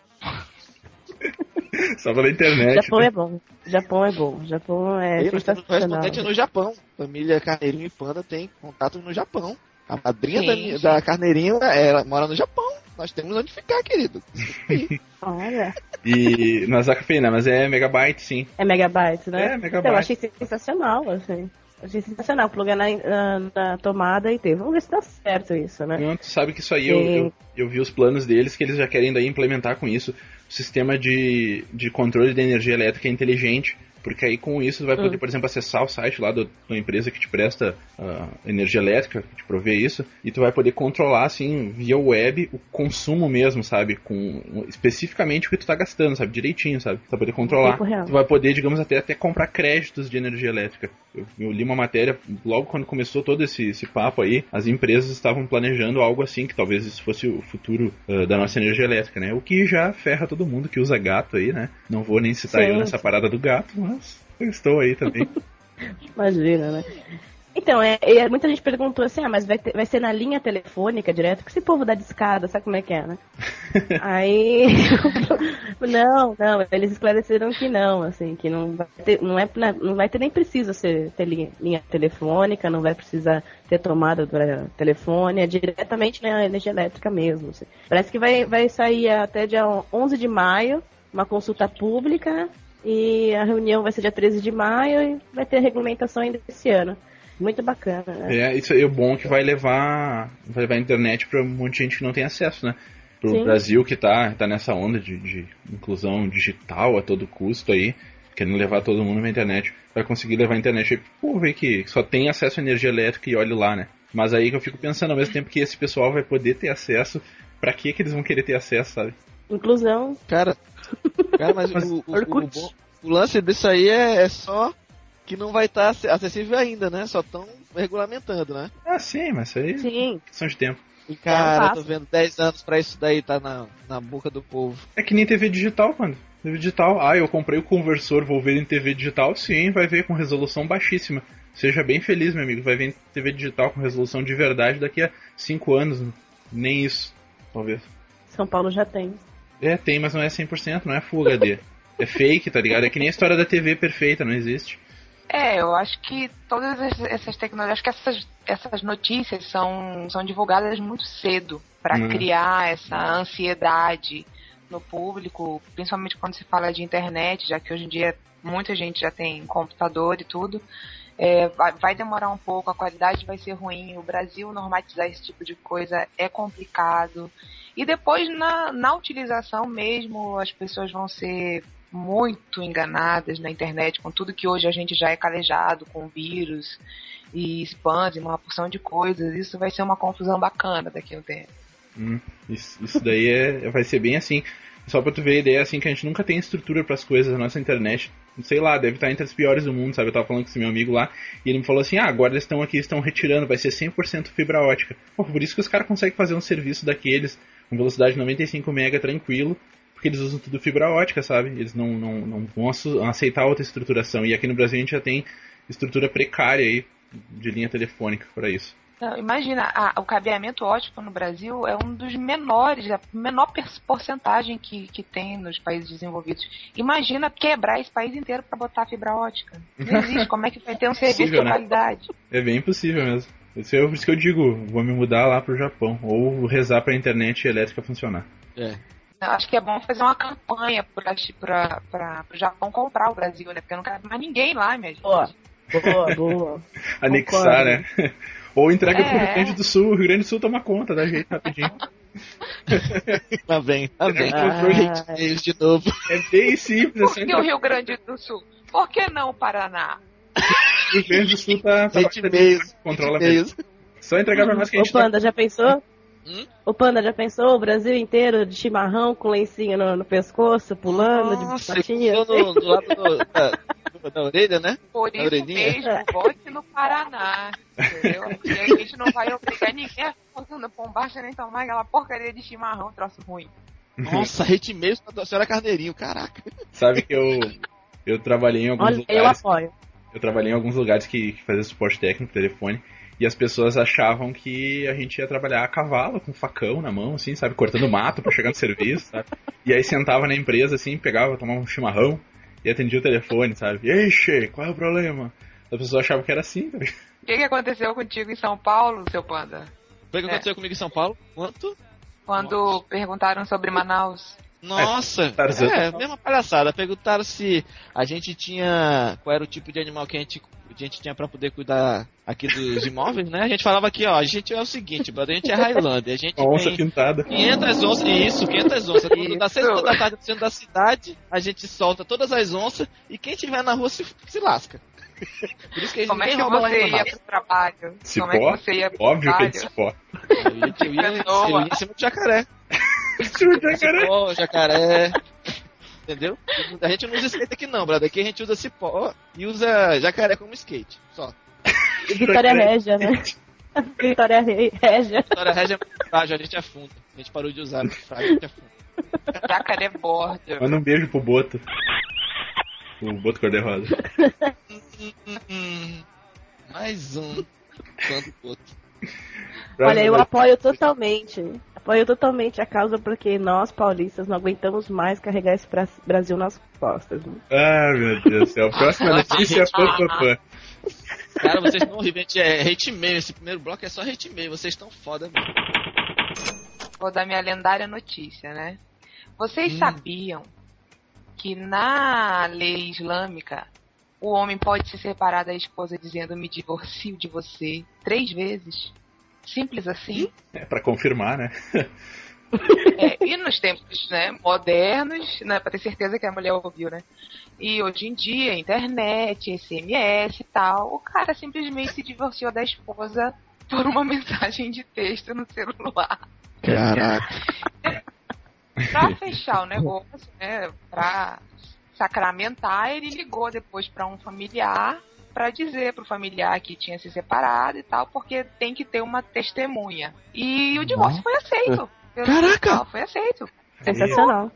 Só pela internet. Japão é bom. Japão é sensacional. No Japão. Família Carneirinho e Panda tem contato no Japão. A madrinha da Carneirinho, ela mora no Japão. Nós temos onde ficar, querido. Olha. Mas a cafeína, mas é megabyte, sim. É megabyte, né? É, megabyte. Então, eu achei sensacional, assim. Achei sensacional, plugar na tomada e ter. Vamos ver se dá certo isso, né? Não, tu sabe que isso aí eu vi os planos deles, que eles já querem daí implementar com isso o sistema de controle de energia elétrica inteligente. Porque aí com isso tu vai poder, por exemplo, acessar o site lá da empresa que te presta energia elétrica, que te provê isso, e tu vai poder controlar, assim, via web, o consumo mesmo, sabe? Especificamente o que tu tá gastando, sabe? Direitinho, sabe? Tu vai poder controlar. Tu vai poder, digamos, até comprar créditos de energia elétrica. Eu li uma matéria, logo quando começou todo esse papo aí, as empresas estavam planejando algo assim, que talvez isso fosse o futuro da nossa energia elétrica, né? O que já ferra todo mundo que usa gato aí, né? Não vou nem citar eu nessa parada do gato, mas eu estou aí também. Imagina, né? Então, muita gente perguntou assim, mas vai ser na linha telefônica direto? Porque esse povo dá discada, sabe como é que é, né? Aí, não, eles esclareceram que não, assim, que não vai ter nem precisa ter linha telefônica, não vai precisar ter tomada do telefone, é diretamente na energia elétrica mesmo. Assim. Parece que vai sair até dia 11 de maio, uma consulta pública, E a reunião vai ser dia 13 de maio e vai ter regulamentação ainda esse ano. Muito bacana, né? Isso aí é bom que vai levar a internet para um monte de gente que não tem acesso, né? Pro Sim. Brasil que tá nessa onda de inclusão digital a todo custo aí, querendo levar todo mundo na internet, vai conseguir levar a internet aí pro povo aí que só tem acesso à energia elétrica e olhe lá, né? Mas aí que eu fico pensando, ao mesmo tempo que esse pessoal vai poder ter acesso, pra que eles vão querer ter acesso, sabe? Inclusão. Cara, mas o lance disso aí é só que não vai estar acessível ainda, né? Só estão regulamentando, né? Ah, sim, mas isso aí Sim. questão de tempo. E cara, tô vendo 10 anos pra isso daí tá na boca do povo. É que nem TV digital, mano. TV digital, eu comprei o conversor, vou ver em TV digital, sim, vai ver com resolução baixíssima. Seja bem feliz, meu amigo, vai ver em TV digital com resolução de verdade daqui a 5 anos, nem isso, talvez. São Paulo já tem. Tem, mas não é 100%, não é Full HD. É fake, tá ligado? É que nem a história da TV perfeita, não existe. Eu acho que todas essas tecnologias, acho que essas notícias são divulgadas muito cedo para criar essa ansiedade no público, principalmente quando se fala de internet, já que hoje em dia muita gente já tem computador e tudo. Vai demorar um pouco, a qualidade vai ser ruim, o Brasil normatizar esse tipo de coisa é complicado. E depois na utilização mesmo, as pessoas vão ser muito enganadas na internet com tudo que hoje a gente já é calejado, com vírus e spams e uma porção de coisas. Isso vai ser uma confusão bacana daqui a um tempo. Isso daí vai ser bem assim. Só pra tu ver a ideia, assim, que a gente nunca tem estrutura pras coisas na nossa internet. Sei lá, deve estar entre as piores do mundo, sabe? Eu tava falando com esse meu amigo lá, e ele me falou assim, agora eles estão aqui, estão retirando, vai ser 100% fibra ótica. Por isso que os caras conseguem fazer um serviço daqueles, com velocidade de 95 MB tranquilo, porque eles usam tudo fibra ótica, sabe? Eles não vão aceitar outra estruturação. E aqui no Brasil a gente já tem estrutura precária aí, de linha telefônica para isso. Não, imagina, o cabeamento óptico no Brasil é um dos menores, a menor porcentagem que tem nos países desenvolvidos. Imagina quebrar esse país inteiro para botar fibra ótica. Não existe, como é que vai ter um serviço de qualidade? É bem impossível mesmo. Por isso que eu digo, vou me mudar lá pro Japão, ou rezar pra internet elétrica funcionar. Eu acho que é bom fazer uma campanha para o Japão comprar o Brasil, né? Porque não cabe mais ninguém lá, minha gente. Boa. Anexar, né? Ou entrega pro Rio Grande do Sul. O Rio Grande do Sul toma conta, dá jeito rapidinho. Tá bem. Eles de novo. É bem simples. Por que o Rio Grande do Sul? Por que não o Paraná? O Rio Grande do Sul tá controla mesmo. Só entregar pra nós que a gente Panda, já pensou? O Panda, já pensou o Brasil inteiro de chimarrão com lencinho no pescoço, pulando de patinha? Do lado da orelha, né? Por isso mesmo, vote no Paraná, entendeu? E aí a gente não vai obrigar ninguém a ficar no Pombacha nem tomar aquela porcaria de chimarrão, troço ruim. Nossa, hate mesmo da senhora Carneirinho, caraca. Sabe que eu trabalhei em alguns lugares. Eu apoio. Eu trabalhei em alguns lugares que fazia suporte técnico por telefone. E as pessoas achavam que a gente ia trabalhar a cavalo, com facão na mão, assim, sabe? Cortando mato pra chegar no serviço, sabe? E aí sentava na empresa, assim, pegava, tomava um chimarrão e atendia o telefone, sabe? Eixe, qual é o problema? As pessoas achavam que era assim, tá? O que aconteceu contigo em São Paulo, seu Panda? Foi o que aconteceu comigo em São Paulo? Quando perguntaram sobre Manaus. Nossa, mesma palhaçada. Perguntaram se a gente tinha... Qual era o tipo de animal que a gente tinha pra poder cuidar aqui dos imóveis, né? A gente falava aqui, a gente é o seguinte, brother, a gente é Highlander, a gente onça tem pintada. 500 onças, 500 onças. Quando dá 6 horas da tarde no centro da cidade, a gente solta todas as onças e quem estiver na rua se lasca. Por isso que como é que você ia pro trabalho? Cipó? Como é que você ia pro Óbvio trabalho? que é de cipó. Eu ia em cima do jacaré. Jacaré. Entendeu? A gente não usa skate aqui não, brother. Aqui a gente usa cipó e usa jacaré como skate. Só. Vitória Régia, né? Vitória Régia. Vitória Régia é muito frágil, a gente afunda. A gente parou de usar, muito frágil, a gente afunda. Jacaré borda. Manda um beijo pro Boto. O Boto Cor-de-Rosa. Mais um. Quanto Boto. Olha, eu apoio totalmente. Apoio totalmente a causa porque nós, paulistas, não aguentamos mais carregar esse Brasil nas costas. Né? Ah, meu Deus do céu. Próxima notícia é Cara, vocês estão horríveis. É hate mail. Esse primeiro bloco é só hate mail. Vocês estão foda mesmo. Vou dar minha lendária notícia, né? Vocês sabiam que na lei islâmica o homem pode se separar da esposa dizendo me divorcio de você 3 vezes? Simples assim? Pra confirmar, né? E nos tempos, né, modernos, né, pra ter certeza que a mulher ouviu, né? E hoje em dia, internet, SMS e tal, o cara simplesmente se divorciou da esposa por uma mensagem de texto no celular. Caraca. Pra fechar o negócio, né, pra sacramentar, ele ligou depois pra um familiar pra dizer pro familiar que tinha se separado e tal, porque tem que ter uma testemunha. E o divórcio foi aceito. Caraca! Foi aceito. Sensacional.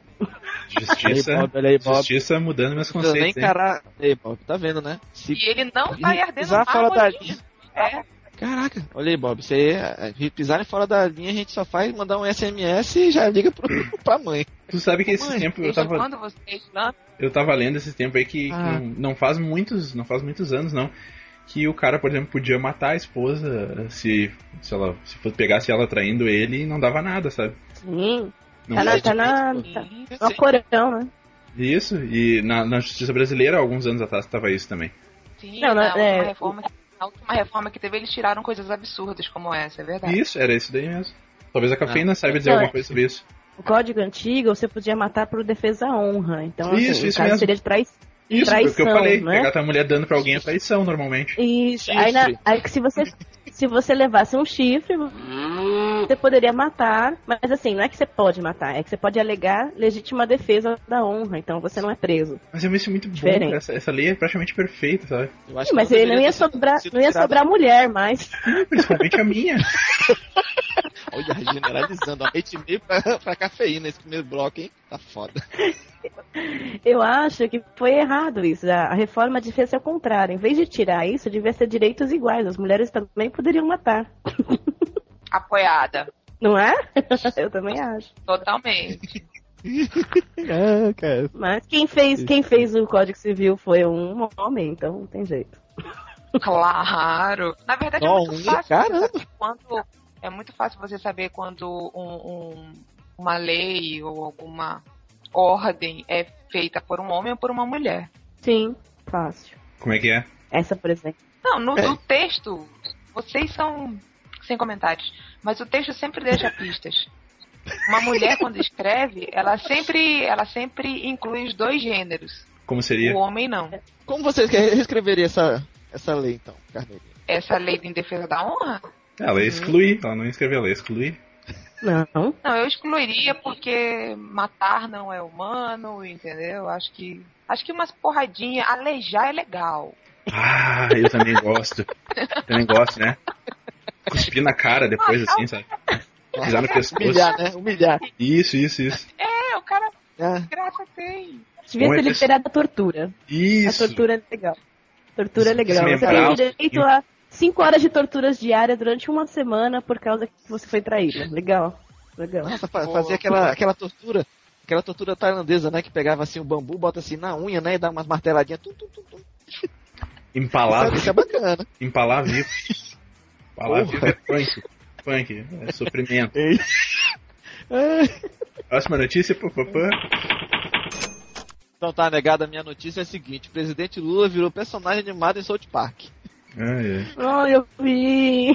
Justiça mudando meus conceitos. Nem encarar. Ei, Bob, tá vendo, né? E ele não tá ardendo pisar fora da linha. É. Caraca, olha aí, Bob. Você pisarem fora da linha, a gente só faz mandar um SMS e já liga pra mãe. Tu sabe que esses tempos eu tava lendo esses tempos aí que não faz muitos anos, não. Que o cara, por exemplo, podia matar a esposa se pegasse ela traindo ele e não dava nada, sabe? Sim. Não Tá no Corão, né? Isso, e na justiça brasileira, alguns anos atrás, tava isso também. Sim, na última reforma que teve, eles tiraram coisas absurdas como essa, é verdade. Isso, era isso daí mesmo. Talvez a cafeína saiba dizer alguma coisa sobre isso. O código antigo, você podia matar por defesa à honra. Então, isso, assim, isso o caso mesmo. seria de traição. Isso, traição, porque eu falei, né? pegar a tua mulher dando pra alguém é traição, normalmente. Isso, aí que se você levasse um chifre, você poderia matar, mas assim, não é que você pode matar, é que você pode alegar legítima defesa da honra, então você não é preso. Mas eu me acho muito bom, essa lei é praticamente perfeita, sabe? Mas ele não ia sobrar mulher mais. Principalmente a minha. Olha, generalizando, a hate meio pra cafeína esse primeiro bloco, hein? Tá foda. Eu acho que foi errado isso. A reforma devia ser ao contrário. Em vez de tirar isso, devia ser direitos iguais. As mulheres também poderiam matar. Apoiada. Não é? Eu também acho. Totalmente. Mas quem fez o Código Civil foi um homem, então não tem jeito. Claro. Na verdade, é muito fácil você saber quando uma lei ou alguma ordem é feita por um homem ou por uma mulher. Sim, fácil. Como é que é? Essa, por exemplo. Não, no texto, vocês são sem comentários, mas o texto sempre deixa pistas. Uma mulher, quando escreve, ela sempre inclui os 2 gêneros. Como seria? O homem não. Como você reescreveria essa lei, então, Carneirinho? Essa lei em defesa da honra? Ela ia excluir, ela não ia escrever, ela ia excluir. Não, eu excluiria porque matar não é humano, entendeu? Acho que umas porradinhas, alejar é legal. Ah, eu também gosto. Também gosto, né? Cuspir na cara depois, assim, sabe? Pisar no pescoço. Humilhar, né? Humilhar. Isso. O cara, graça tem. Devia ser liberada a tortura. Isso. A tortura é legal. Tortura é legal. Você tem direito a 5 horas de torturas diárias durante uma semana por causa que você foi traída. Legal. Nossa, fazia aquela tortura tailandesa, né? Que pegava assim o bambu, bota assim na unha, né? E dá umas marteladinhas. Empalar. Isso é bacana. Empalar vivo. Empalar vivo é punk. É sofrimento. Próxima notícia, papapá. Então tá, negada, a minha notícia é a seguinte: o presidente Lula virou personagem animado em South Park. Eu vi.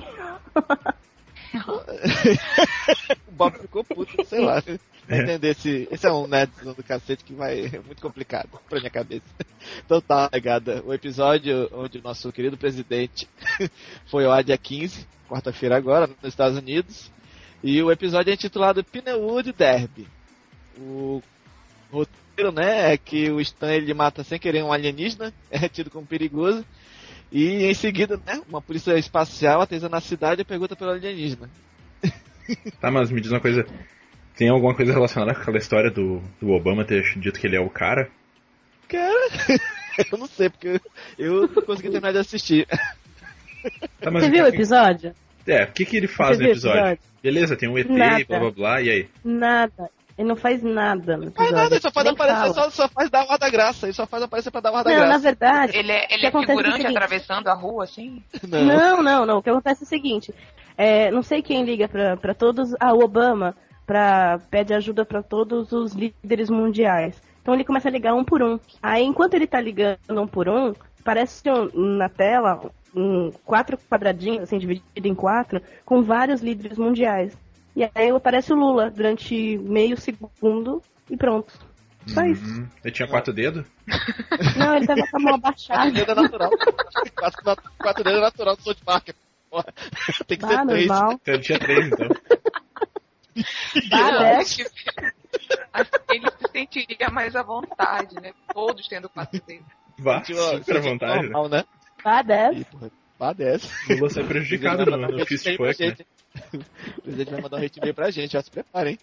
O Bob ficou puto, sei lá. Vai entender esse é um nerdzão do cacete que é muito complicado pra minha cabeça. Então tá, negada, o episódio onde o nosso querido presidente foi ao ar dia 15, quarta-feira agora, nos Estados Unidos. E o episódio é intitulado Pinewood Derby. O roteiro, né, é que o Stan ele mata sem querer um alienígena, é tido como perigoso. E em seguida, né, uma polícia espacial aterriza na cidade e pergunta pelo alienígena. Tá, mas me diz uma coisa. Tem alguma coisa relacionada com aquela história do Obama ter dito que ele é o cara? Cara, eu não sei, porque eu não consegui terminar de assistir. Tá, você viu o episódio? O que ele faz no episódio? Beleza, tem um ET, blá blá blá, e aí? Nada. Ele não faz nada. Não faz nada, ele só faz aparecer, só faz dar o ar da graça. Ele só faz aparecer pra dar o ar da graça. Não, na verdade. Ele é figurante atravessando a rua, assim? Não. O que acontece é o seguinte: não sei quem liga pra todos. O Obama pede ajuda pra todos os líderes mundiais. Então ele começa a ligar um por um. Aí enquanto ele tá ligando um por um, aparece na tela 4 quadradinhos, assim, dividido em 4, com vários líderes mundiais. E aí aparece o Lula durante meio segundo e pronto. Só isso. Ele tinha 4 dedos? Não, ele tava com a mão 4 abaixada. dedos é natural. 4 dedos é natural do South Park. Porra. Tem que ser 3. Normal. Então ele tinha 3, então. Acho que ele se sentiria mais à vontade, né? Todos tendo 4 dedos. Vá, super à vontade, normal, né? Padece. Lula sai prejudicado no Fist Fuck, né? O presidente vai mandar um hate e-mail pra gente, já se preparem.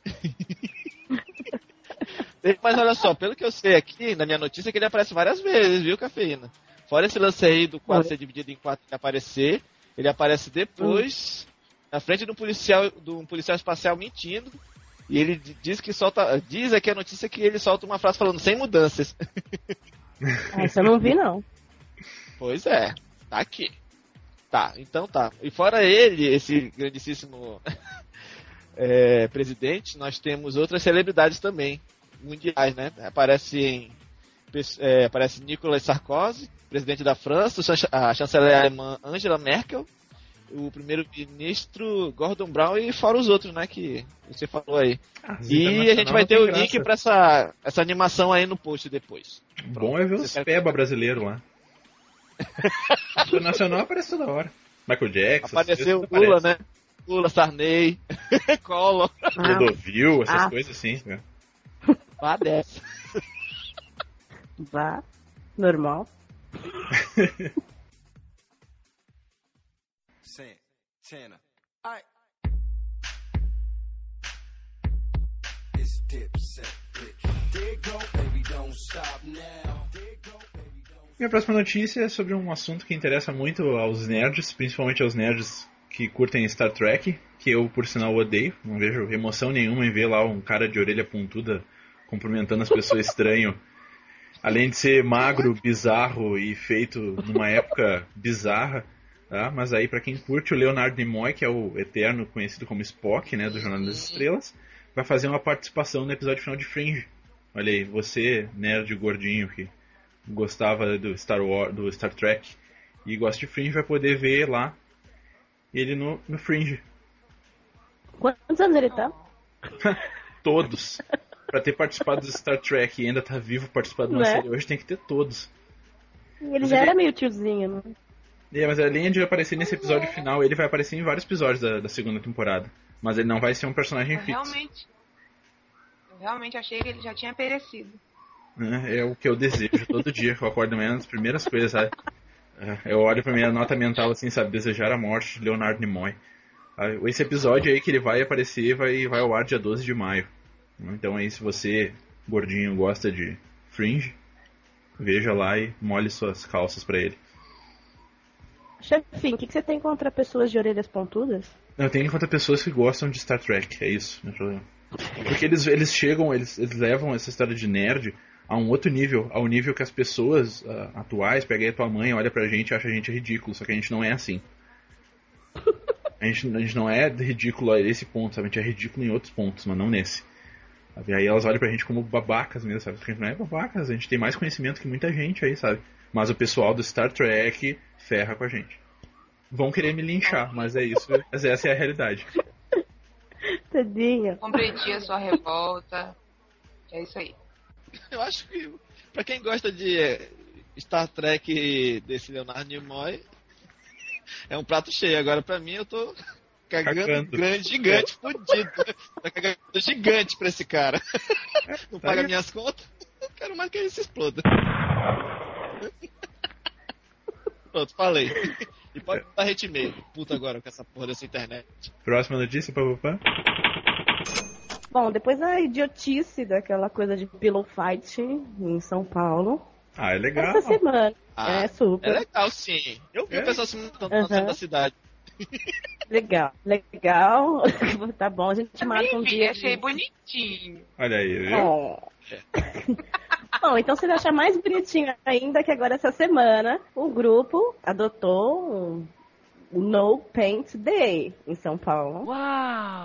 Mas olha só, pelo que eu sei aqui, na minha notícia, que ele aparece várias vezes, viu, Cafeína? Fora esse lance aí do 4 ser dividido em 4 e aparecer, ele aparece depois, na frente de um policial espacial mentindo, e ele diz que solta. Diz aqui a notícia que ele solta uma frase falando sem mudanças. Essa eu não vi, não. Pois é, tá aqui. Tá, então tá. E fora ele, esse grandíssimo presidente, nós temos outras celebridades também, mundiais, né? Aparece Nicolas Sarkozy, presidente da França, a chanceler alemã Angela Merkel, o primeiro-ministro Gordon Brown e fora os outros, né, que você falou aí. E a gente vai ter o link pra essa animação aí no post depois. Bom é ver os peba brasileiros lá. O nacional aparece toda hora. Michael Jackson. Apareceu o Lula, né? Lula, Sarney, Collor. Clodovil, essas coisas assim. Né? Vá dessa. Vá. Normal. Santana. Alright. It's Dipset, bitch. There go, baby, don't stop now. There go, baby, don't. Minha próxima notícia é sobre um assunto que interessa muito aos nerds, principalmente aos nerds que curtem Star Trek, que eu, por sinal, odeio. Não vejo emoção nenhuma em ver lá um cara de orelha pontuda cumprimentando as pessoas estranho. Além de ser magro, bizarro e feito numa época bizarra. Tá? Mas aí, pra quem curte, o Leonard Nimoy, que é o eterno conhecido como Spock, né, do Jornal das Estrelas, vai fazer uma participação no episódio final de Fringe. Olha aí, você, nerd gordinho que gostava do Star Trek e gosta de Fringe, vai poder ver lá ele no Fringe. Quantos anos ele tá? Todos. Pra ter participado do Star Trek e ainda tá vivo participando de uma série hoje, tem que ter todos. Ele já era meio tiozinho, né? Mas além de aparecer nesse episódio final, ele vai aparecer em vários episódios da segunda temporada. Mas ele não vai ser um personagem fixo. Eu realmente achei que ele já tinha perecido. É o que eu desejo todo dia que eu acordo amanhã, as primeiras coisas, sabe? Eu olho pra minha nota mental assim, sabe? Desejar a morte de Leonard Nimoy. Esse episódio aí que ele vai aparecer vai ao ar dia 12 de maio. Então aí, se você, gordinho, gosta de Fringe, veja lá e molhe suas calças pra ele. Chefinho, o que você tem contra pessoas de orelhas pontudas? Eu tenho contra pessoas que gostam de Star Trek, é isso, meu problema. Porque eles chegam, eles levam essa história de nerd a um outro nível, ao nível que as pessoas atuais, pega aí a tua mãe, olha pra gente e acha a gente ridículo, só que a gente não é assim. A gente não é ridículo a esse ponto, sabe? A gente é ridículo em outros pontos, mas não nesse. Sabe? Aí elas olham pra gente como babacas mesmo, sabe? Porque a gente não é babacas, a gente tem mais conhecimento que muita gente aí, sabe? Mas o pessoal do Star Trek ferra com a gente. Vão querer me linchar, mas é isso, mas essa é a realidade. Tadinha. Compreendi a sua revolta. É isso aí. Eu acho que, pra quem gosta de Star Trek desse Leonard Nimoy, é um prato cheio. Agora, pra mim, eu tô cagando grande, gigante, fodido. Tô cagando gigante pra esse cara. Não paga minhas contas, eu quero mais que ele se exploda. Pronto, falei. E pode botar hate mail. Puta agora com essa porra dessa internet. Próxima notícia, papapá. Bom, depois da idiotice daquela coisa de pillow fight em São Paulo. É legal. Essa semana. É super. É legal, sim. Eu vi o pessoal se montando no centro da cidade. Legal. Tá bom, a gente marca um dia. Achei bonitinho. Olha aí, viu? Bom, então você vai achar mais bonitinho ainda que agora essa semana o grupo adotou um No Paint Day em São Paulo. Uau!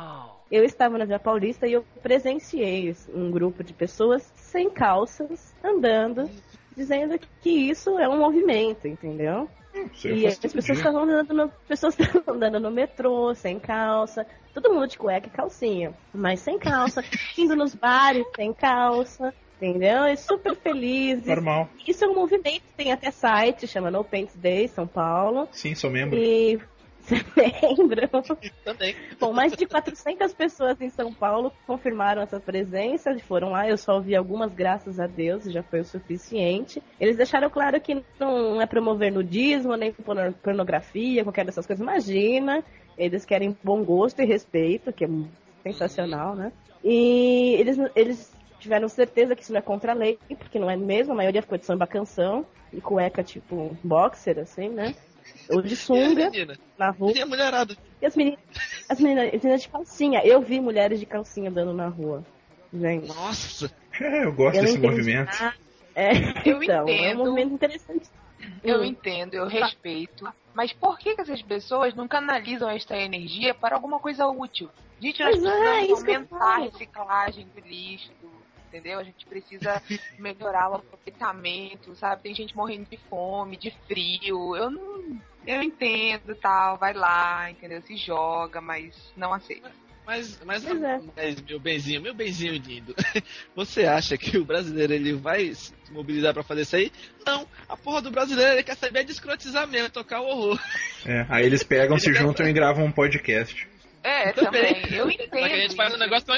Eu estava na Via Paulista e eu presenciei um grupo de pessoas sem calças, andando, dizendo que isso é um movimento, entendeu? E as pessoas estavam andando no metrô, sem calça, todo mundo de cueca e calcinha, mas sem calça, indo nos bares sem calça, entendeu? E super felizes. Normal. Isso é um movimento, tem até site, chama No Pants Day, São Paulo. Sim, sou membro. E você lembra? Também. Bom, mais de 400 pessoas em São Paulo confirmaram essa presença, foram lá, eu só ouvi algumas, graças a Deus, já foi o suficiente. Eles deixaram claro que não é promover nudismo, nem pornografia, qualquer dessas coisas, imagina. Eles querem bom gosto e respeito, que é sensacional, né? E eles tiveram certeza que isso não é contra a lei, porque não é mesmo, a maioria ficou de samba canção, e cueca tipo boxer, assim, né? Ou de sunga, na rua. E a mulherada? E as meninas de calcinha. Eu vi mulheres de calcinha andando na rua. Gente. Nossa! Eu gosto desse movimento. Eu então, entendo. É um movimento interessante. Eu entendo, eu respeito. Mas por que essas pessoas não canalizam esta energia para alguma coisa útil? Gente, nós precisamos aumentar a reciclagem do lixo, entendeu? A gente precisa melhorar o aproveitamento, sabe? Tem gente morrendo de fome, de frio. Eu entendo, tal, vai lá, entendeu? Se joga, mas não aceita. Mas meu benzinho lindo, você acha que o brasileiro ele vai se mobilizar pra fazer isso aí? Não, a porra do brasileiro ele quer saber de escrotizar mesmo, tocar o horror. Aí eles pegam, se juntam e gravam um podcast. Também, eu entendo. Só que a gente faz um negócio...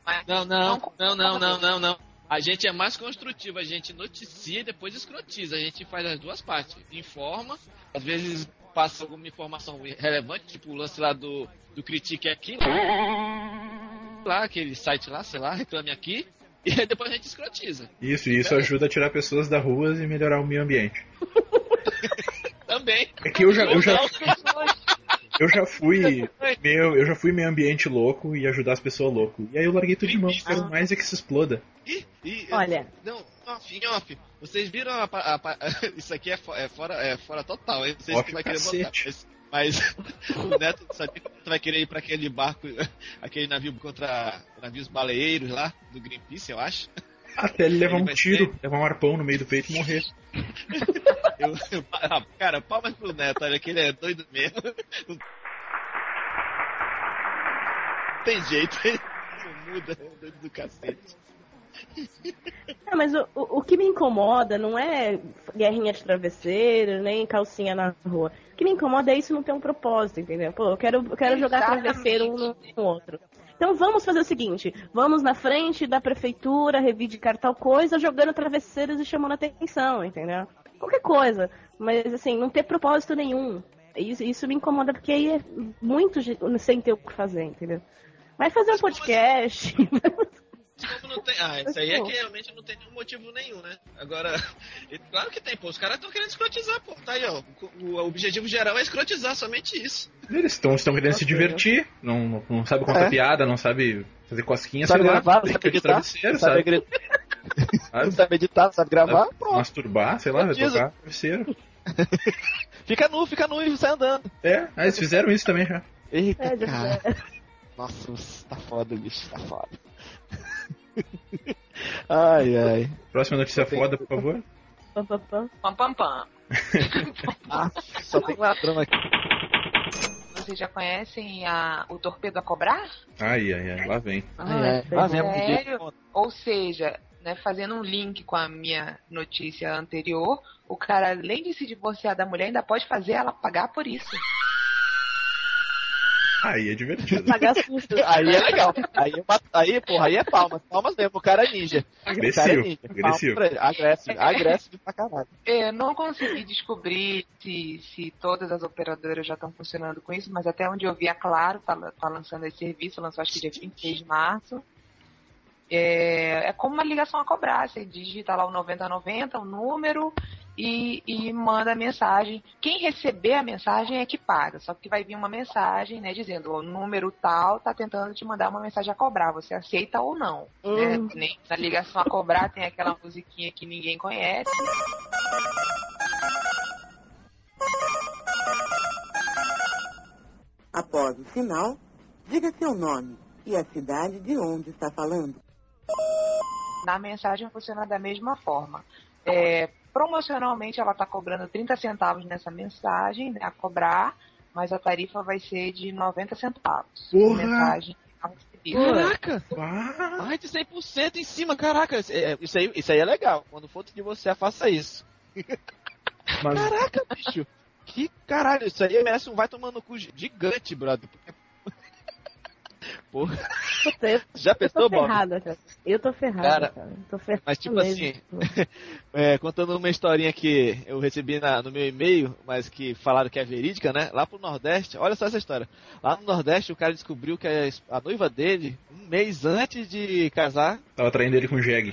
Não. A gente é mais construtivo, a gente noticia e depois escrotiza. A gente faz as duas partes. Informa, às vezes passa alguma informação relevante, tipo o lance lá do Critique Aqui, lá, aquele site lá, sei lá, Reclame Aqui, e aí depois a gente escrotiza. Isso ajuda a tirar pessoas da rua e melhorar o meio ambiente. Também. É que eu já fui meio ambiente louco e ajudar as pessoas louco. E aí eu larguei tudo de mão, quero mais é que se exploda. Olha. Não, off. Vocês viram isso aqui é fora total, hein? Vocês Off vai querer cacete. botar. Mas o Neto, sabia que o Neto vai querer ir pra aquele barco, aquele navio contra navios baleeiros lá, do Greenpeace, eu acho. Até ele levar um tiro, levar um arpão no meio do peito e morrer. Cara, palmas pro Neto, olha que ele é doido mesmo. Não tem jeito, ele não muda, é doido do cacete. Mas o que me incomoda não é guerrinha de travesseiro, nem calcinha na rua. O que me incomoda é isso não ter um propósito, entendeu? Pô, eu quero jogar travesseiro um no outro. Então vamos fazer o seguinte, vamos na frente da prefeitura reivindicar tal coisa, jogando travesseiros e chamando atenção, entendeu? Qualquer coisa, mas assim, não ter propósito nenhum. Isso me incomoda, porque aí é muito sem ter o que fazer, entendeu? Vai fazer um podcast... Como não tem... isso aí é que realmente não tem nenhum motivo nenhum, né? Agora, claro que tem, pô. Os caras estão querendo escrotizar, pô. Tá aí, ó. O objetivo geral é escrotizar, somente isso. Eles estão querendo se divertir, não sabe contar piada, não sabe fazer cosquinha, sabe sei gravar, lá. Sabe editar, sabe não sabe editar, sabe gravar, sabe masturbar, sei lá, vai tocar travesseiro. Fica nu e sai andando. Eles fizeram isso também já. Eita, cara. Nossa, tá foda, bicho, tá foda. Ai. Próxima notícia foda, por favor. Pam. Só tem ladrão aqui. Vocês já conhecem o torpedo a cobrar? Ai, lá vem. Lá vem. Sério? Ou seja, né, fazendo um link com a minha notícia anterior, o cara, além de se divorciar da mulher, ainda pode fazer ela pagar por isso. Aí é divertido. Pagar susto. Aí é legal. Aí, porra, aí é palmas. Palmas mesmo. O cara é ninja. Agressivo. Agressivo pra caralho. Eu não consegui descobrir se todas as operadoras já estão funcionando com isso, mas até onde eu vi, a Claro tá lançando esse serviço, lançou acho que dia 26 de março. É como uma ligação a cobrar. Você digita lá o 9090, o número, e manda a mensagem. Quem receber a mensagem é que paga. Só que vai vir uma mensagem, né, dizendo o número tal tá tentando te mandar uma mensagem a cobrar. Você aceita ou não? Né? Na ligação a cobrar tem aquela musiquinha que ninguém conhece. Após o sinal, diga seu nome. e a cidade de onde está falando. Na mensagem funciona da mesma forma. Promocionalmente ela está cobrando 30 centavos nessa mensagem, né, a cobrar, mas a tarifa vai ser de 90 centavos. Porra! Mensagem Caraca! Mais de 100% em cima, caraca! Isso aí é legal. Quando for de você, faça isso. Mas... Caraca, bicho! Que caralho, isso aí merece um vai tomando no cu gigante, brother. Porra. Já pensou, Bob? Eu tô ferrada, cara. Tô ferrada. Mas tipo mesmo. Assim, contando uma historinha que eu recebi no meu e-mail, mas que falaram que é verídica, né? Lá pro Nordeste, olha só essa história. Lá no Nordeste o cara descobriu que a noiva dele, um mês antes de casar, tava traindo ele com o Jeg.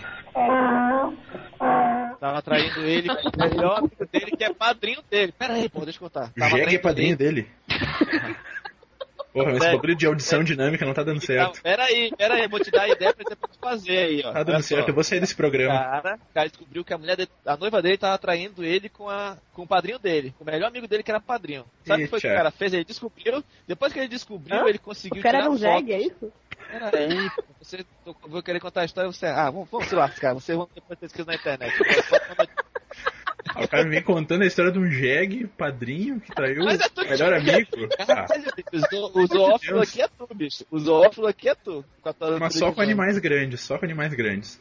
Tava traindo ele com o melhor amigo dele, que é padrinho dele. Pera aí, pô, deixa eu contar. O Jeg é padrinho dele? Porra, mas esse bagulho de audição dinâmica não tá dando certo. Pera aí, vou te dar a ideia pra você fazer aí, ó. Tá dando certo, eu vou sair desse programa. O cara descobriu que a noiva dele tava traindo ele com o padrinho dele, com o melhor amigo dele que era padrinho. Sabe o que foi que o cara fez? Ele descobriu, depois que ele descobriu, ele conseguiu tirar fotos. O cara era um jegue, é isso? Pera aí, eu vou querer contar a história, você... vamos se lascar, vocês vão depois pesquisar na internet. O cara vem contando a história de um jegue, padrinho, que traiu o melhor amigo. O zoófilo aqui é tu, bicho. O zoófilo aqui é tu. Mas só com animais grandes, só com animais grandes.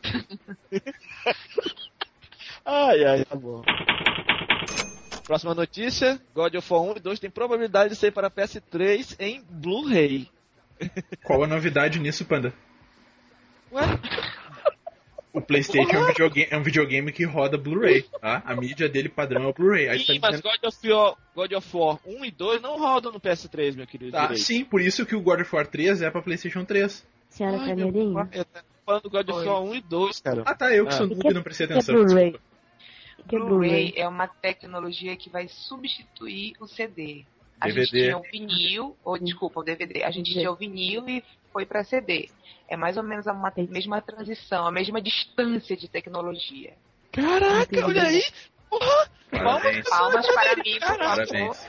Ai, tá bom. Próxima notícia, God of War 1 e 2 tem probabilidade de sair para PS3 em Blu-ray. Qual a novidade nisso, Panda? Ué? O PlayStation é um videogame que roda Blu-ray, tá? A mídia dele padrão é o Blu-ray. Sim, mas God of War 1 e 2 não rodam no PS3, meu querido. Tá, sim, por isso que o God of War 3 é pra PlayStation 3. Senhora Carneirinho. Eu tô falando do God of War 1 e 2, cara. Ah, tá, eu que sou noob e não prestei atenção. Blu-ray? Blu-ray é uma tecnologia que vai substituir o CD. A gente tinha o vinil, o DVD. A gente tinha o vinil e foi para CD. É mais ou menos a mesma transição, a mesma distância de tecnologia. Caraca, olha aí! Porra! Palmas para mim, parabéns.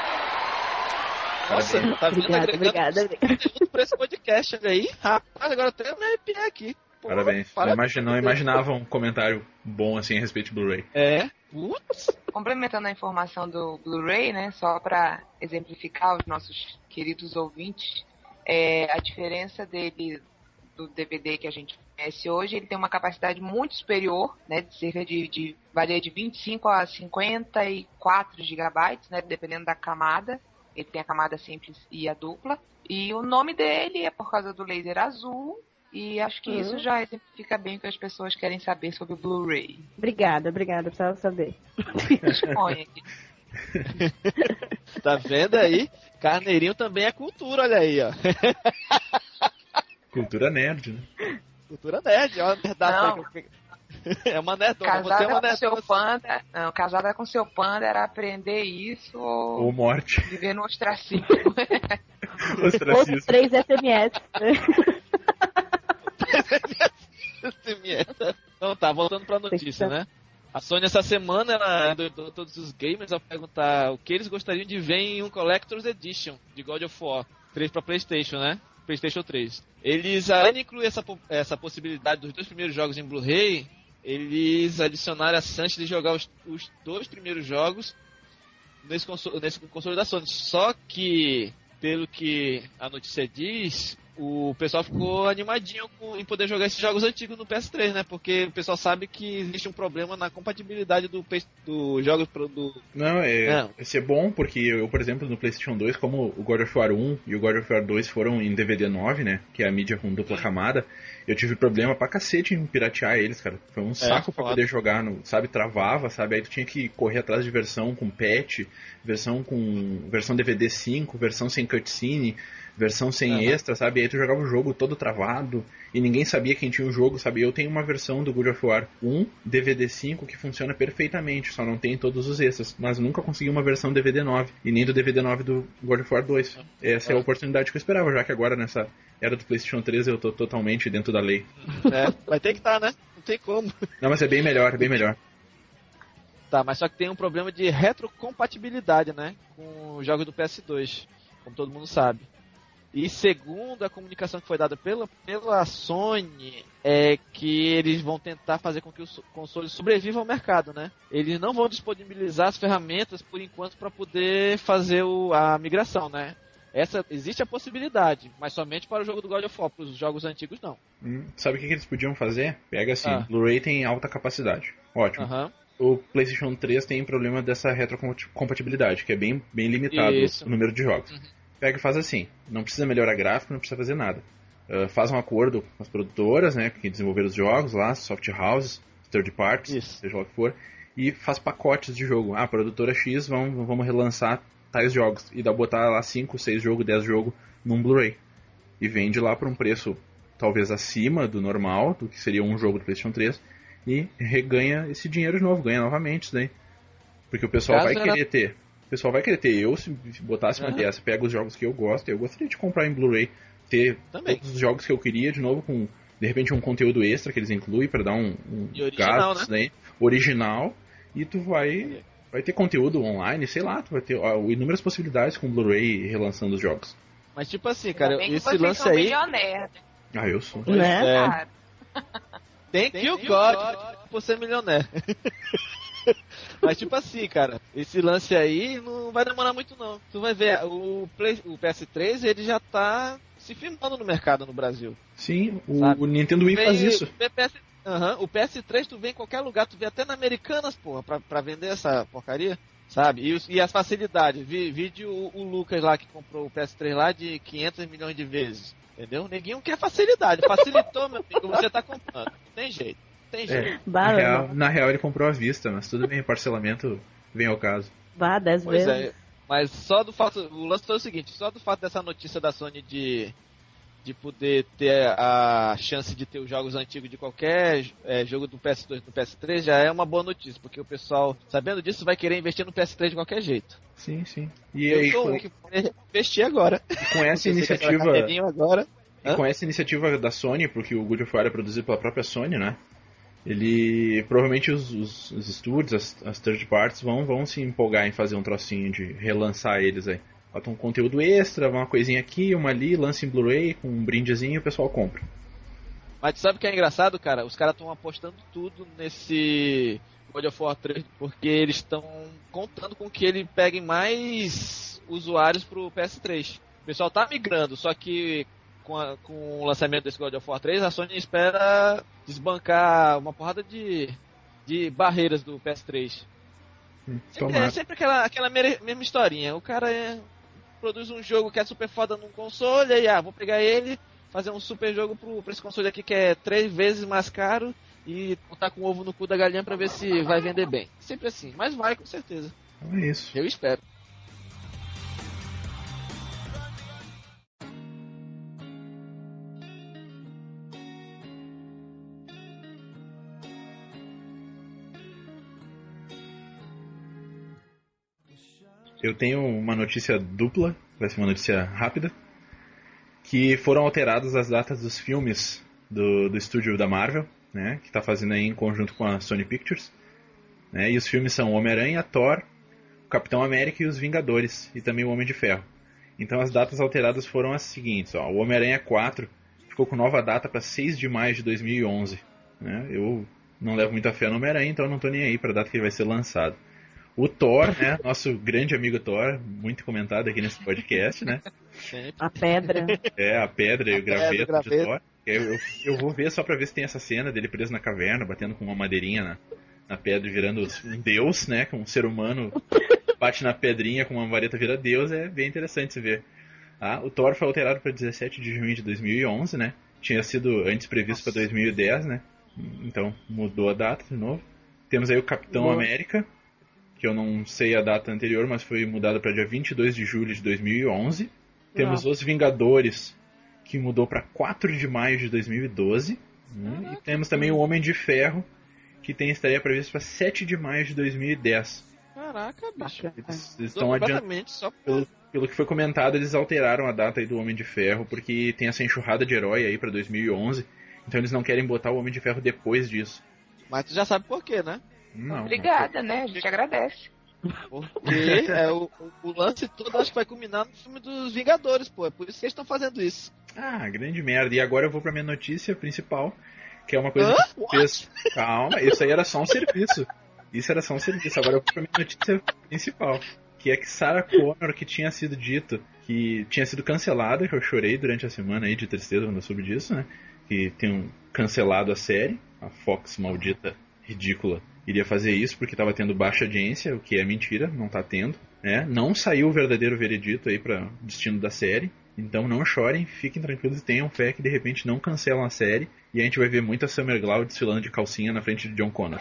Nossa, tá vendo? Obrigada. Pra esse podcast, olha aí. Rapaz, agora até me arrepiei aqui. Porra, parabéns. Não imaginava um comentário bom assim a respeito de Blu-ray. Putz. Complementando a informação do Blu-ray, né, só para exemplificar os nossos queridos ouvintes, a diferença dele do DVD que a gente conhece hoje, ele tem uma capacidade muito superior, né, de cerca varia de 25 a 54 gigabytes, né, dependendo da camada. Ele tem a camada simples e a dupla. E o nome dele é por causa do laser azul. E acho que isso já exemplifica bem o que as pessoas querem saber sobre o Blu-ray. Obrigada, precisava saber. Tá vendo aí? Carneirinho também é cultura, olha aí, ó. Cultura nerd, né? Cultura nerd, ó. Verdade. É uma nerdona. Você é uma nerdona. Casada com seu panda era aprender isso ou morte. Viver no ostracismo. Outros 3 SMS. Então tá, voltando pra notícia, né? A Sony essa semana, ela doidou todos os gamers a perguntar o que eles gostariam de ver em um Collector's Edition de God of War 3 pra PlayStation, né? PlayStation 3. Eles, além de incluir essa possibilidade dos 2 primeiros jogos em Blu-ray, eles adicionaram a chance de jogar os 2 primeiros jogos nesse console da Sony. Só que, pelo que a notícia diz, o pessoal ficou animadinho em poder jogar esses jogos antigos no PS3, né? Porque o pessoal sabe que existe um problema na compatibilidade do jogo do... Não, esse é bom, porque eu, por exemplo, no PlayStation 2, como o God of War 1 e o God of War 2 foram em DVD 9, né? Que é a mídia com dupla camada, eu tive problema pra cacete em piratear eles, cara. Foi um saco pra poder jogar, sabe? Travava, sabe? Aí tu tinha que correr atrás de versão com patch, versão DVD 5, versão sem cutscene, versão sem extra, sabe? Aí tu jogava o jogo todo travado e ninguém sabia quem tinha o jogo, sabe? Eu tenho uma versão do God of War 1 DVD 5 que funciona perfeitamente, só não tem todos os extras, mas nunca consegui uma versão DVD 9 e nem do DVD 9 do God of War 2. Essa é a oportunidade que eu esperava, já que agora nessa era do PlayStation 3 eu tô totalmente dentro da lei. Vai ter que estar, né? Não tem como. Não, mas é bem melhor, é bem melhor. Tá, mas só que tem um problema de retrocompatibilidade, né? Com os jogos do PS2, como todo mundo sabe. E segundo a comunicação que foi dada pela Sony, é que eles vão tentar fazer com que o console sobreviva ao mercado, né? Eles não vão disponibilizar as ferramentas por enquanto para poder fazer a migração, né? Existe a possibilidade, mas somente para o jogo do God of War, para os jogos antigos não. Sabe o que eles podiam fazer? Pega assim, Blu-ray tem alta capacidade, ótimo. O PlayStation 3 tem problema dessa retrocompatibilidade, que é bem limitado o número de jogos. Pega e faz assim, não precisa melhorar gráfico, não precisa fazer nada. Faz um acordo com as produtoras, né, que desenvolveram os jogos lá, soft houses, third parties, seja lá o que for, e faz pacotes de jogo. A produtora X, vamos relançar tais jogos, e dá botar lá 5, 6 jogos, 10 jogos num Blu-ray. E vende lá por um preço talvez acima do normal, do que seria um jogo do PlayStation 3, e reganha esse dinheiro de novo, ganha novamente isso daí. Porque o pessoal vai querer ter. O pessoal vai querer ter. Eu, se botasse uma dessa, pego os jogos que eu gosto, eu gostaria de comprar em Blu-ray, ter todos os jogos que eu queria, de novo, com, de repente, um conteúdo extra que eles incluem para dar um gasto, né? Original, e tu vai ter conteúdo online, sei lá, tu vai ter inúmeras possibilidades com Blu-ray relançando os jogos. Mas tipo assim, cara, esse lance aí... Eu sou. Né? Thank you, God, por ser milionário. Mas tipo assim, cara, esse lance aí não vai demorar muito não. Tu vai ver, o PS3 ele já tá se firmando no mercado no Brasil. Sim, o Nintendo Wii faz isso. O PS3 tu vê em qualquer lugar, tu vê até na Americanas, porra, pra vender essa porcaria, sabe? E as facilidades. Vídeo o Lucas lá que comprou o PS3 lá de 500 milhões de vezes. Entendeu? O neguinho quer facilidade. Facilitou, meu amigo, você tá comprando. Tem jeito. Na real ele comprou à vista, mas tudo bem, parcelamento vem ao caso. 10 vezes. É, mas só do fato, o lance foi o seguinte, só do fato dessa notícia da Sony de poder ter a chance de ter os jogos antigos de qualquer jogo do PS2 e do PS3 já é uma boa notícia, porque o pessoal, sabendo disso, vai querer investir no PS3 de qualquer jeito. Sim. E eu sou que investir agora. Com essa iniciativa agora. E com essa iniciativa da Sony, porque o God of War é produzido pela própria Sony, né? Ele provavelmente os estúdios, as third parties vão se empolgar em fazer um trocinho de relançar eles aí. Bota um conteúdo extra, uma coisinha aqui, uma ali, lança em Blu-ray com um brindezinho e o pessoal compra. Mas sabe o que é engraçado, cara? Os caras estão apostando tudo nesse God of War 3 porque eles estão contando com que ele pegue mais usuários pro PS3. O pessoal tá migrando, só que com o lançamento desse God of War 3, a Sony espera desbancar uma porrada de barreiras do PS3. Sempre aquela mesma historinha. O cara produz um jogo que é super foda num console, e vou pegar ele, fazer um super jogo pra esse console aqui que é 3 vezes mais caro e botar com o ovo no cu da galinha pra ver se vai vender bem. Sempre assim, mas vai com certeza. É isso. Eu espero. Eu tenho uma notícia dupla, vai ser uma notícia rápida, que foram alteradas as datas dos filmes do estúdio da Marvel, né, que está fazendo aí em conjunto com a Sony Pictures, né, e os filmes são Homem-Aranha, Thor, o Capitão América e os Vingadores, e também o Homem de Ferro. Então as datas alteradas foram as seguintes, o Homem-Aranha 4 ficou com nova data para 6 de maio de 2011, né, eu não levo muita fé no Homem-Aranha, então eu não estou nem aí para a data que ele vai ser lançado. O Thor, né? Nosso grande amigo Thor, muito comentado aqui nesse podcast, né? A pedra. A pedra e o graveto de Thor. Eu vou ver só pra ver se tem essa cena dele preso na caverna, batendo com uma madeirinha na pedra, virando um deus, né? Que um ser humano bate na pedrinha com uma vareta vira deus, é bem interessante se ver. O Thor foi alterado para 17 de junho de 2011, né? Tinha sido antes previsto para 2010, né? Então mudou a data de novo. Temos aí o Capitão América, que eu não sei a data anterior, mas foi mudada para dia 22 de julho de 2011. Temos Os Vingadores, que mudou para 4 de maio de 2012. E temos também o Homem de Ferro, que estaria previsto para 7 de maio de 2010. Caraca, bicho. Eles estão adiantando. Pelo que foi comentado, eles alteraram a data aí do Homem de Ferro, porque tem essa enxurrada de herói aí para 2011. Então eles não querem botar o Homem de Ferro depois disso. Mas tu já sabe por quê, né? Não. Obrigada, né? A gente agradece. Porque o lance todo acho que vai culminar no filme dos Vingadores, pô. É por isso que eles estão fazendo isso. Ah, grande merda. E agora eu vou pra minha notícia principal, que é uma coisa que eu fez. Calma, isso aí era só um serviço. Isso era só um serviço. Agora eu vou pra minha notícia principal, que é que Sarah Connor, que tinha sido dito que tinha sido cancelada, que eu chorei durante a semana aí de tristeza quando eu soube disso, né? Que tinham cancelado a série, a Fox maldita, ridícula, iria fazer isso porque estava tendo baixa audiência, o que é mentira, não tá tendo, né? Não saiu o verdadeiro veredito aí para destino da série, então não chorem, fiquem tranquilos e tenham fé que de repente não cancelam a série e a gente vai ver muita Summer Glau desfilando de calcinha na frente de John Connor.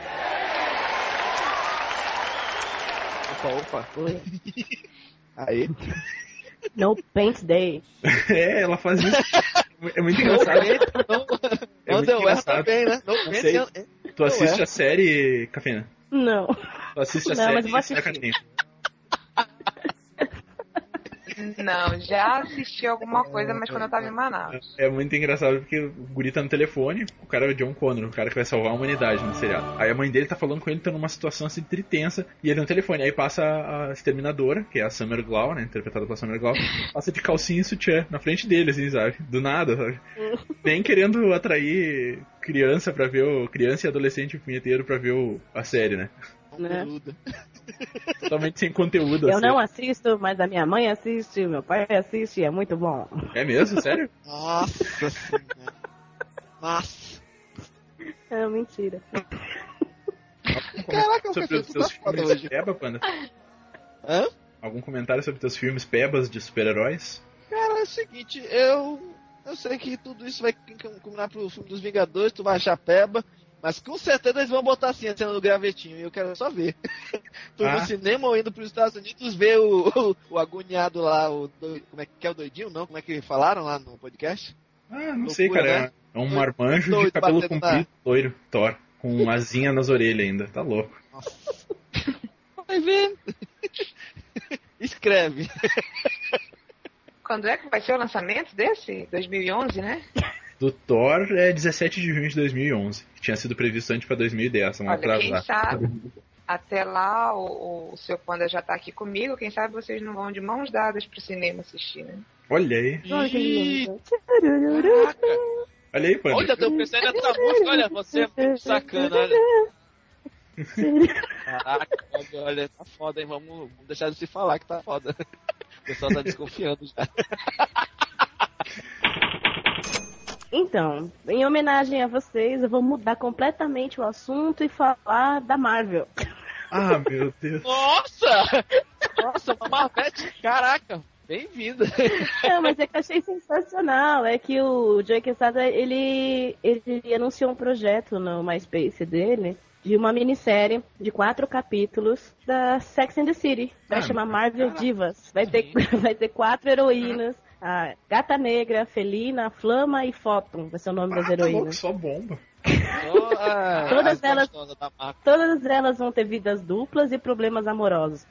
Opa. Aí. No Paint Day. Ela faz isso. É muito engraçado. Onde eu erro também, né? Não sei. Tu assiste a série, Cafena? Não. Tu assiste a Não, série mas eu vou assistir. Não, já assisti alguma coisa, mas quando eu tava em Manaus. É muito engraçado porque o guri tá no telefone, o cara é o John Connor, o cara que vai salvar a humanidade no seriado. Aí a mãe dele tá falando com ele, tá numa situação assim tritensa, e ele no telefone. Aí passa a Exterminadora, que é a Summer Glau, né, interpretada pela Summer Glau, passa de calcinha e sutiã na frente dele, assim, sabe? Do nada, sabe? Nem querendo atrair criança pra ver criança e adolescente punheteiro pra ver a série, né? Totalmente sem conteúdo. Eu não assisto, mas a minha mãe assiste, meu pai assiste, é muito bom. É mesmo? Sério? Nossa senhora. Nossa. É mentira. Caraca, sobre os teus filmes peba, Panda? Hã? Algum comentário sobre teus filmes pebas de super-heróis? Cara, é o seguinte, eu sei que tudo isso vai combinar pro filme dos Vingadores, tu vai achar peba. Mas com certeza eles vão botar assim a cena do gravetinho, e eu quero só ver. Tô no cinema ou indo pros Estados Unidos ver o agoniado lá, como é que é o doidinho, não? Como é que falaram lá no podcast? Ah, não Loucura, sei, cara. né? É um marmanjo de cabelo comprido, loiro, Thor, com uma asinha nas orelhas ainda. Tá louco. Nossa. Vai ver. Escreve. Quando é que vai ser o lançamento desse? 2011, né? Do Thor é 17 de junho de 2011, que tinha sido previsto antes pra 2010, vamos atrasar. Quem sabe, até lá o seu Panda já tá aqui comigo, quem sabe vocês não vão de mãos dadas pro cinema assistir, né? Olha aí. Olha aí, Panda. Olha, eu pensei nessa música, olha, você é muito sacana, olha. Caraca, olha, tá foda, hein, vamos deixar de se falar que tá foda. O pessoal tá desconfiando já. Então, em homenagem a vocês, eu vou mudar completamente o assunto e falar da Marvel. Ah, meu Deus. Nossa! Nossa, uma Marvete, caraca, bem-vinda. Não, mas é que eu achei sensacional. É que o Joey Quesada, ele anunciou um projeto no MySpace dele de uma minissérie de 4 capítulos da Sex and the City. Vai chamar Marvel Divas. Vai ter 4 heroínas. A Gata Negra, Felina, Flama e Photon. Vai ser o nome das heroínas. Louco, só bomba. Todas elas vão ter vidas duplas e problemas amorosos.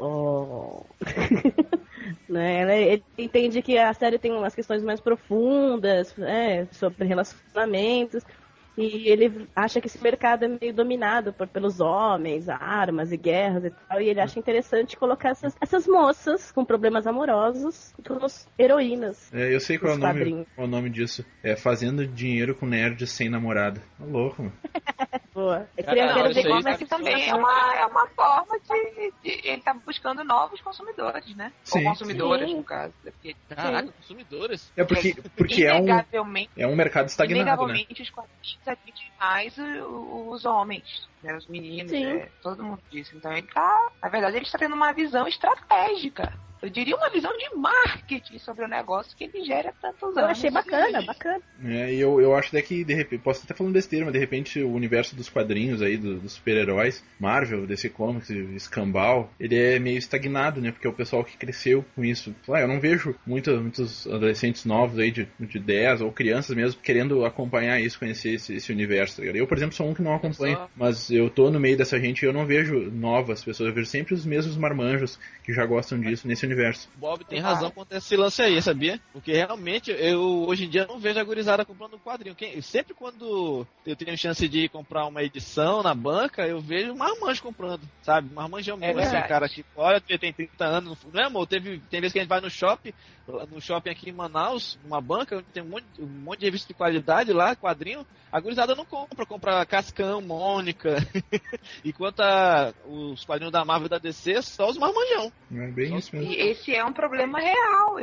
Né? Ele entende que a série tem umas questões mais profundas, sobre relacionamentos. E ele acha que esse mercado é meio dominado pelos homens, armas e guerras e tal. E ele acha interessante colocar essas moças com problemas amorosos como heroínas. Eu sei qual é o nome disso. É Fazendo Dinheiro com Nerd Sem Namorada. Tá louco, mano. Boa. Eu quero ver como é que também é uma forma de ele tá buscando novos consumidores, né? Sim. Ou consumidoras, no caso. Caraca, consumidoras? É porque é um mercado estagnado, né? Inegavelmente, os quadrinhos atingem mais os homens, né? Os meninos, todo mundo disso. Então ele tá, na verdade, ele está tendo uma visão estratégica. Eu diria uma visão de marketing sobre o negócio que ele gera tantos anos. Eu achei bacana. E eu acho até que, de repente, posso estar falando besteira, mas de repente o universo dos quadrinhos aí, dos super-heróis, Marvel, DC Comics, Escambau, ele é meio estagnado, né? Porque é o pessoal que cresceu com isso. Eu não vejo muitos adolescentes novos aí de 10 ou crianças mesmo querendo acompanhar isso, conhecer esse universo, tá ligado? Eu, por exemplo, sou um que não acompanha, mas eu tô no meio dessa gente e eu não vejo novas pessoas, eu vejo sempre os mesmos marmanjos que já gostam disso nesse universo universo. Bob tem razão quanto a esse lance aí, sabia? Porque realmente eu hoje em dia não vejo a gurizada comprando quadrinho. Sempre quando eu tenho chance de comprar uma edição na banca, eu vejo marmanjo comprando, sabe? Marmanjão mesmo, assim, cara que olha, tem 30 anos, não é, amor? Tem vezes que a gente vai no shopping aqui em Manaus, numa banca, tem um monte de revista de qualidade lá, quadrinho, a gurizada não compra Cascão, Mônica, enquanto os quadrinhos da Marvel e da DC, só os marmanjão. É bem isso mesmo. E esse é um problema real,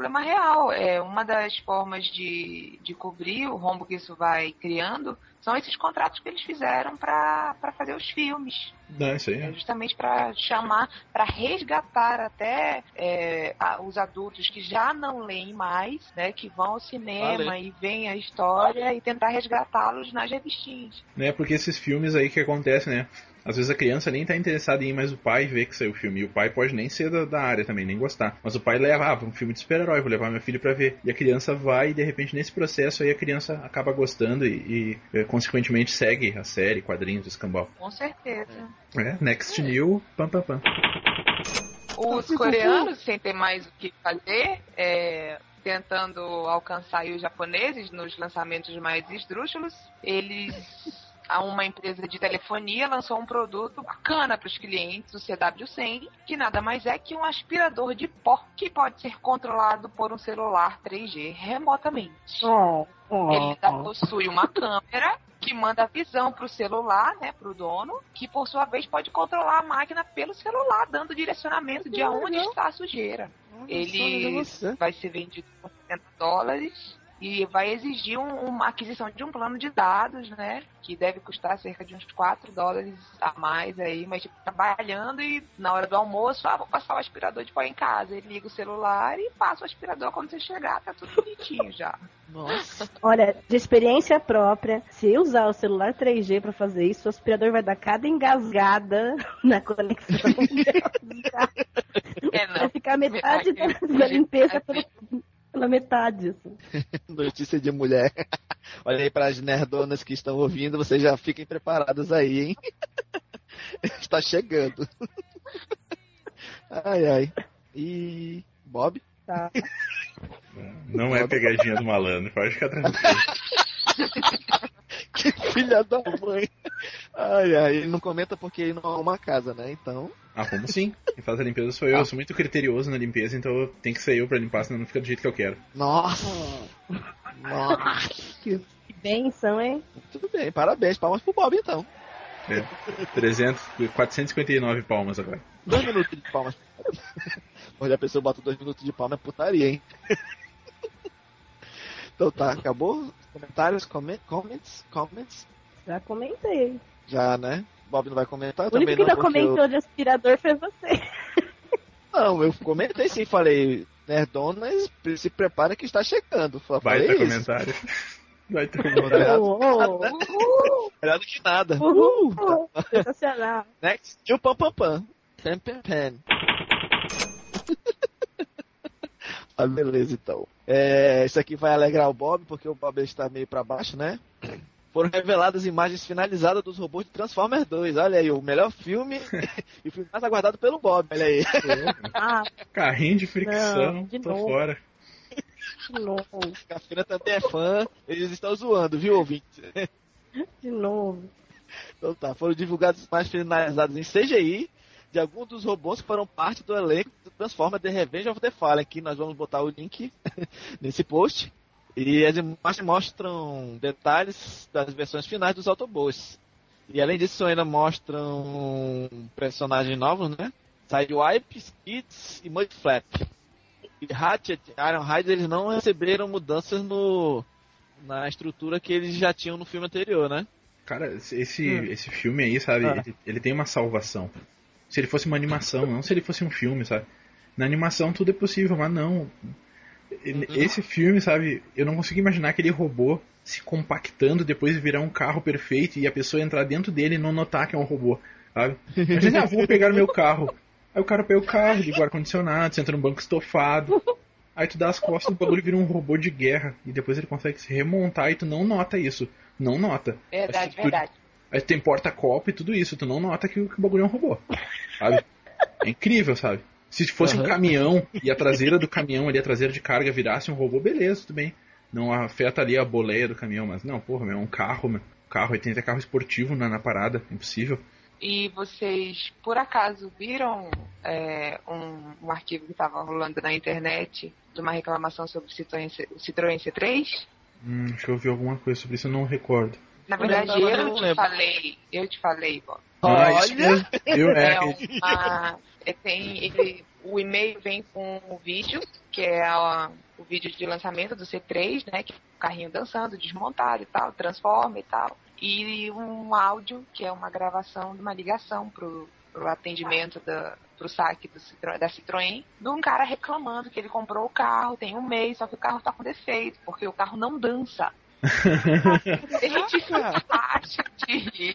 É uma das formas de cobrir o rombo que isso vai criando, são esses contratos que eles fizeram para fazer os filmes. Isso aí. Justamente para chamar, para resgatar até os adultos que já não leem mais, né, que vão ao cinema e veem a história e tentar resgatá-los nas revistinhas. Porque esses filmes aí que acontecem, né? Às vezes a criança nem tá interessada em ir, mas o pai vê que saiu o filme. E o pai pode nem ser da área também, nem gostar. Mas o pai leva, um filme de super-herói, vou levar meu filho pra ver. E a criança vai e de repente nesse processo aí a criança acaba gostando e consequentemente segue a série, quadrinhos, escambau. Com certeza. Next New, pam. Os coreanos, sem ter mais o que fazer, tentando alcançar os japoneses nos lançamentos mais esdrúxulos, uma empresa de telefonia lançou um produto bacana para os clientes, o CW100, que nada mais é que um aspirador de pó que pode ser controlado por um celular 3G remotamente. Ele possui uma câmera que manda a visão para o celular, né, para o dono, que por sua vez pode controlar a máquina pelo celular, dando direcionamento de aonde está a sujeira. Ele vai ser vendido por $60 e vai exigir uma aquisição de um plano de dados, né, que deve custar cerca de uns $4 a mais aí, mas tipo, trabalhando e na hora do almoço, vou passar o aspirador de pó em casa. Ele liga o celular e passa o aspirador quando você chegar, tá tudo bonitinho já. Nossa. Olha, de experiência própria, se usar o celular 3G pra fazer isso, o aspirador vai dar cada engasgada na conexão. Vai ficar metade da limpeza pela metade, assim. Notícia de mulher. Olha aí para as nerdonas que estão ouvindo, vocês já fiquem preparadas aí, hein? Está chegando. Ai. E Bob? Tá. Não é pegadinha do malandro, pode ficar tranquilo. Que filha da mãe. Ai, ele não comenta porque ele não arruma a casa, né? Então. Como sim? Quem faz a limpeza sou eu. Eu sou muito criterioso na limpeza, então tem que ser eu pra limpar, senão não fica do jeito que eu quero. Nossa! Que bênção, hein? Tudo bem, parabéns. Palmas pro Bob, então. 459 palmas agora. 2 minutos de palmas. Hoje a pessoa bota 2 minutos de palma, é putaria, hein? Então tá, acabou? Comentários, comments? Já comentei. Já, né? Bob não vai comentar? O único que não comentou de aspirador foi você. Não, eu comentei sim, falei, nerdonas, se prepara que está chegando. Vai ter comentário. Vai ter comentário. Melhor do que nada. Sensacional. Next, e o pam. Pen. Beleza, então. Isso aqui vai alegrar o Bob, porque o Bob está meio pra baixo, né? Foram reveladas imagens finalizadas dos robôs de Transformers 2. Olha aí, o melhor filme e o filme mais aguardado pelo Bob. Olha aí. Carrinho de fricção, tô fora. De novo. Cafina também é fã. Eles estão zoando, viu, ouvinte? De novo. Então tá, foram divulgadas imagens finalizadas em CGI de alguns dos robôs que foram parte do elenco do Transformers The Revenge of the Fallen. Aqui nós vamos botar o link nesse post. E as imagens mostram detalhes das versões finais dos Autobots. E além disso ainda mostram personagens novos, né? Sidewipe, Skids e Mudflap. E Ratchet e Ironhide, eles não receberam mudanças na estrutura que eles já tinham no filme anterior, né? Cara, esse filme aí, sabe, ele tem uma salvação. Se ele fosse uma animação, não se ele fosse um filme, sabe? Na animação tudo é possível, mas não. Esse filme, sabe, eu não consigo imaginar aquele robô se compactando depois de virar um carro perfeito e a pessoa entrar dentro dele e não notar que é um robô, sabe? Imagina, vou pegar o meu carro. Aí o cara pega o carro, liga o ar-condicionado, senta no banco estofado. Aí tu dá as costas do bagulho e vira um robô de guerra. E depois ele consegue se remontar e tu não nota isso. Não nota. Verdade. Aí tu tem porta-copo e tudo isso. Tu não nota que o bagulho é um robô. Sabe? É incrível, sabe? Se fosse um caminhão e a traseira do caminhão ali, a traseira de carga virasse um robô, beleza, tudo bem. Não afeta ali a boleia do caminhão, mas não, porra, meu, é um carro, meu. Carro, tem até carro esportivo na parada, impossível. E vocês, por acaso, viram um arquivo que estava rolando na internet de uma reclamação sobre o Citroën C3? Acho que eu ouvi alguma coisa sobre isso, eu não recordo. Na verdade, eu te falei, Bob. Olha! O e-mail vem com o vídeo, que é o vídeo de lançamento do C3, né? Que é o carrinho dançando, desmontado e tal, transforma e tal. E um áudio, que é uma gravação de uma ligação pro atendimento, pro saque da Citroën, de um cara reclamando que ele comprou o carro, tem um mês, só que o carro tá com defeito, porque o carro não dança. Gente, acha de rir.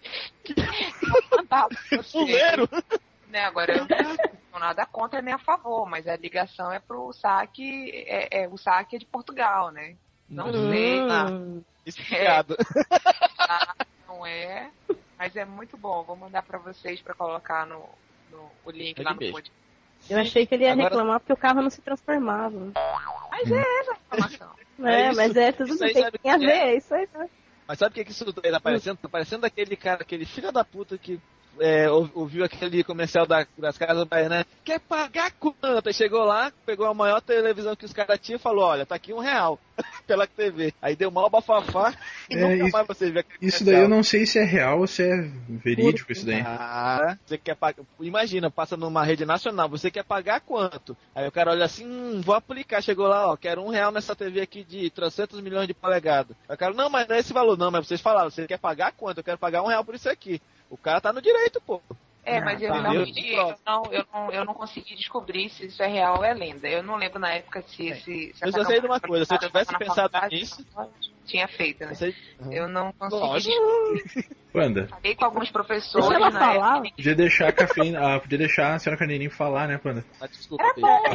Fuleiro! Né, agora eu não tenho nada contra nem a favor, mas a ligação é pro saque, o saque é de Portugal, né? Não sei. Explicado. Não é, mas é muito bom. Vou mandar pra vocês pra colocar o link lá no podcast. Eu achei que ele ia reclamar porque o carro não se transformava. Mas é essa a reclamação. Mas tudo bem, tem a ver, é isso aí. Mas sabe o que isso tá parecendo? Tá parecendo aquele cara, aquele filho da puta que ouviu aquele comercial das Casas Bahia, né? Quer pagar quanto? Aí chegou lá, pegou a maior televisão que os caras tinham e falou, olha, tá aqui R$1 pela TV. Aí deu mal bafafá e nunca mais você viu aquele isso daí eu não sei se é real ou se é verídico isso daí. Você quer pagar... Imagina, passa numa rede nacional, você quer pagar quanto? Aí o cara olha assim, vou aplicar. Chegou lá, ó, quero R$1 nessa TV aqui de 300 milhões de polegadas. Aí o cara, não, mas não é esse valor. Não, mas vocês falaram, você quer pagar quanto? Eu quero pagar R$1 por isso aqui. O cara tá no direito, pô. Mas eu não consegui descobrir se isso é real ou é lenda. Eu não lembro na época se eu só sei de uma coisa, se eu tivesse pensado nisso... Tinha feito, né? Eu não consegui descobrir. Panda. Falei com alguns professores na época. Podia deixar a senhora Carneirinho falar, né, Panda? Desculpa,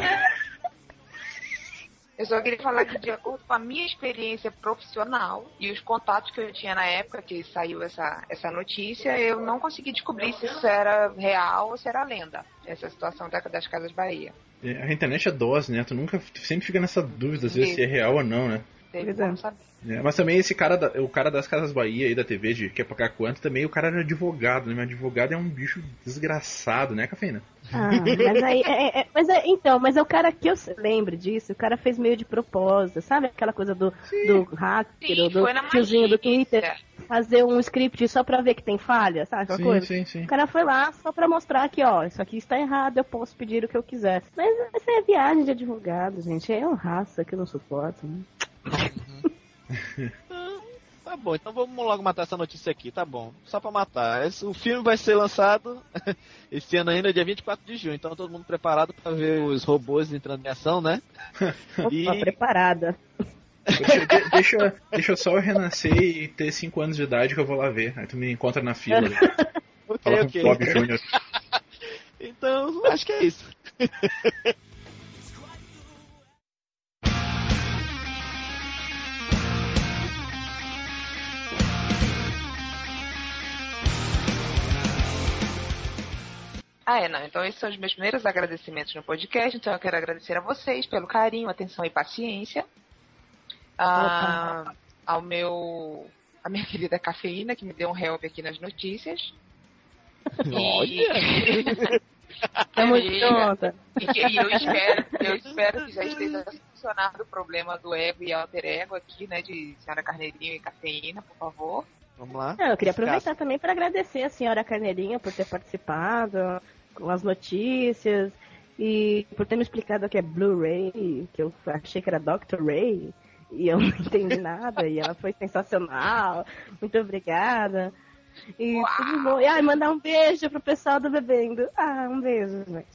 Eu só queria falar que, de acordo com a minha experiência profissional e os contatos que eu tinha na época que saiu essa notícia, eu não consegui descobrir se isso era real ou se era lenda, essa situação das Casas Bahia. A internet é dose, né? Tu sempre fica nessa dúvida, às vezes, se é real ou não, né? Mas também o cara das Casas Bahia aí da TV de quer pagar quanto, também o cara era advogado, né? Mas advogado é um bicho desgraçado, né, Cafeína? Mas é o cara que eu lembro disso, o cara fez meio de propósito, sabe? Aquela coisa do hacker, do tiozinho do Twitter, fazer um script só pra ver que tem falha, sabe? Aquela coisa. Sim. O cara foi lá só pra mostrar que, ó, isso aqui está errado, eu posso pedir o que eu quiser. Mas essa é viagem de advogado, gente, é uma raça que eu não suporto, né? Tá bom, então vamos logo matar essa notícia aqui, tá bom. Só pra matar. O filme vai ser lançado esse ano ainda, dia 24 de junho. Então todo mundo preparado pra ver os robôs entrando em ação, né? Opa, preparada. Deixa eu só renascer e ter 5 anos de idade que eu vou lá ver. Aí tu me encontra na fila. Fala com o Bob Jr. Então, acho que é isso. Então esses são os meus primeiros agradecimentos no podcast. Então eu quero agradecer a vocês pelo carinho, atenção e paciência. A minha querida Cafeína, que me deu um help aqui nas notícias. Tamo junto. E eu espero que já esteja solucionado o problema do ego e alter ego aqui, né, de senhora Carneirinho e Cafeína, por favor. Vamos lá. Eu queria aproveitar também para agradecer a senhora Carneirinha por ter participado com as notícias e por ter me explicado o que é Blu-ray, que eu achei que era Dr. Ray e eu não entendi nada e ela foi sensacional. Muito obrigada. E tudo bom. E mandar um beijo pro pessoal do Bebendo. Um beijo, gente.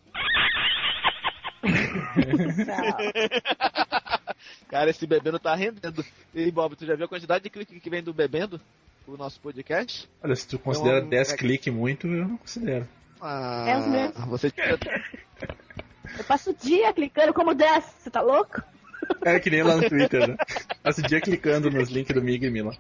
Cara, esse Bebendo tá rendendo. E Bob, tu já viu a quantidade de clique que vem do Bebendo? O nosso podcast? Olha, se tu considera 10 cliques muito, eu não considero. É os meus. Eu passo o dia clicando como 10, você tá louco? É que nem lá no Twitter, né? Passo o dia clicando nos links do Mig e Mila.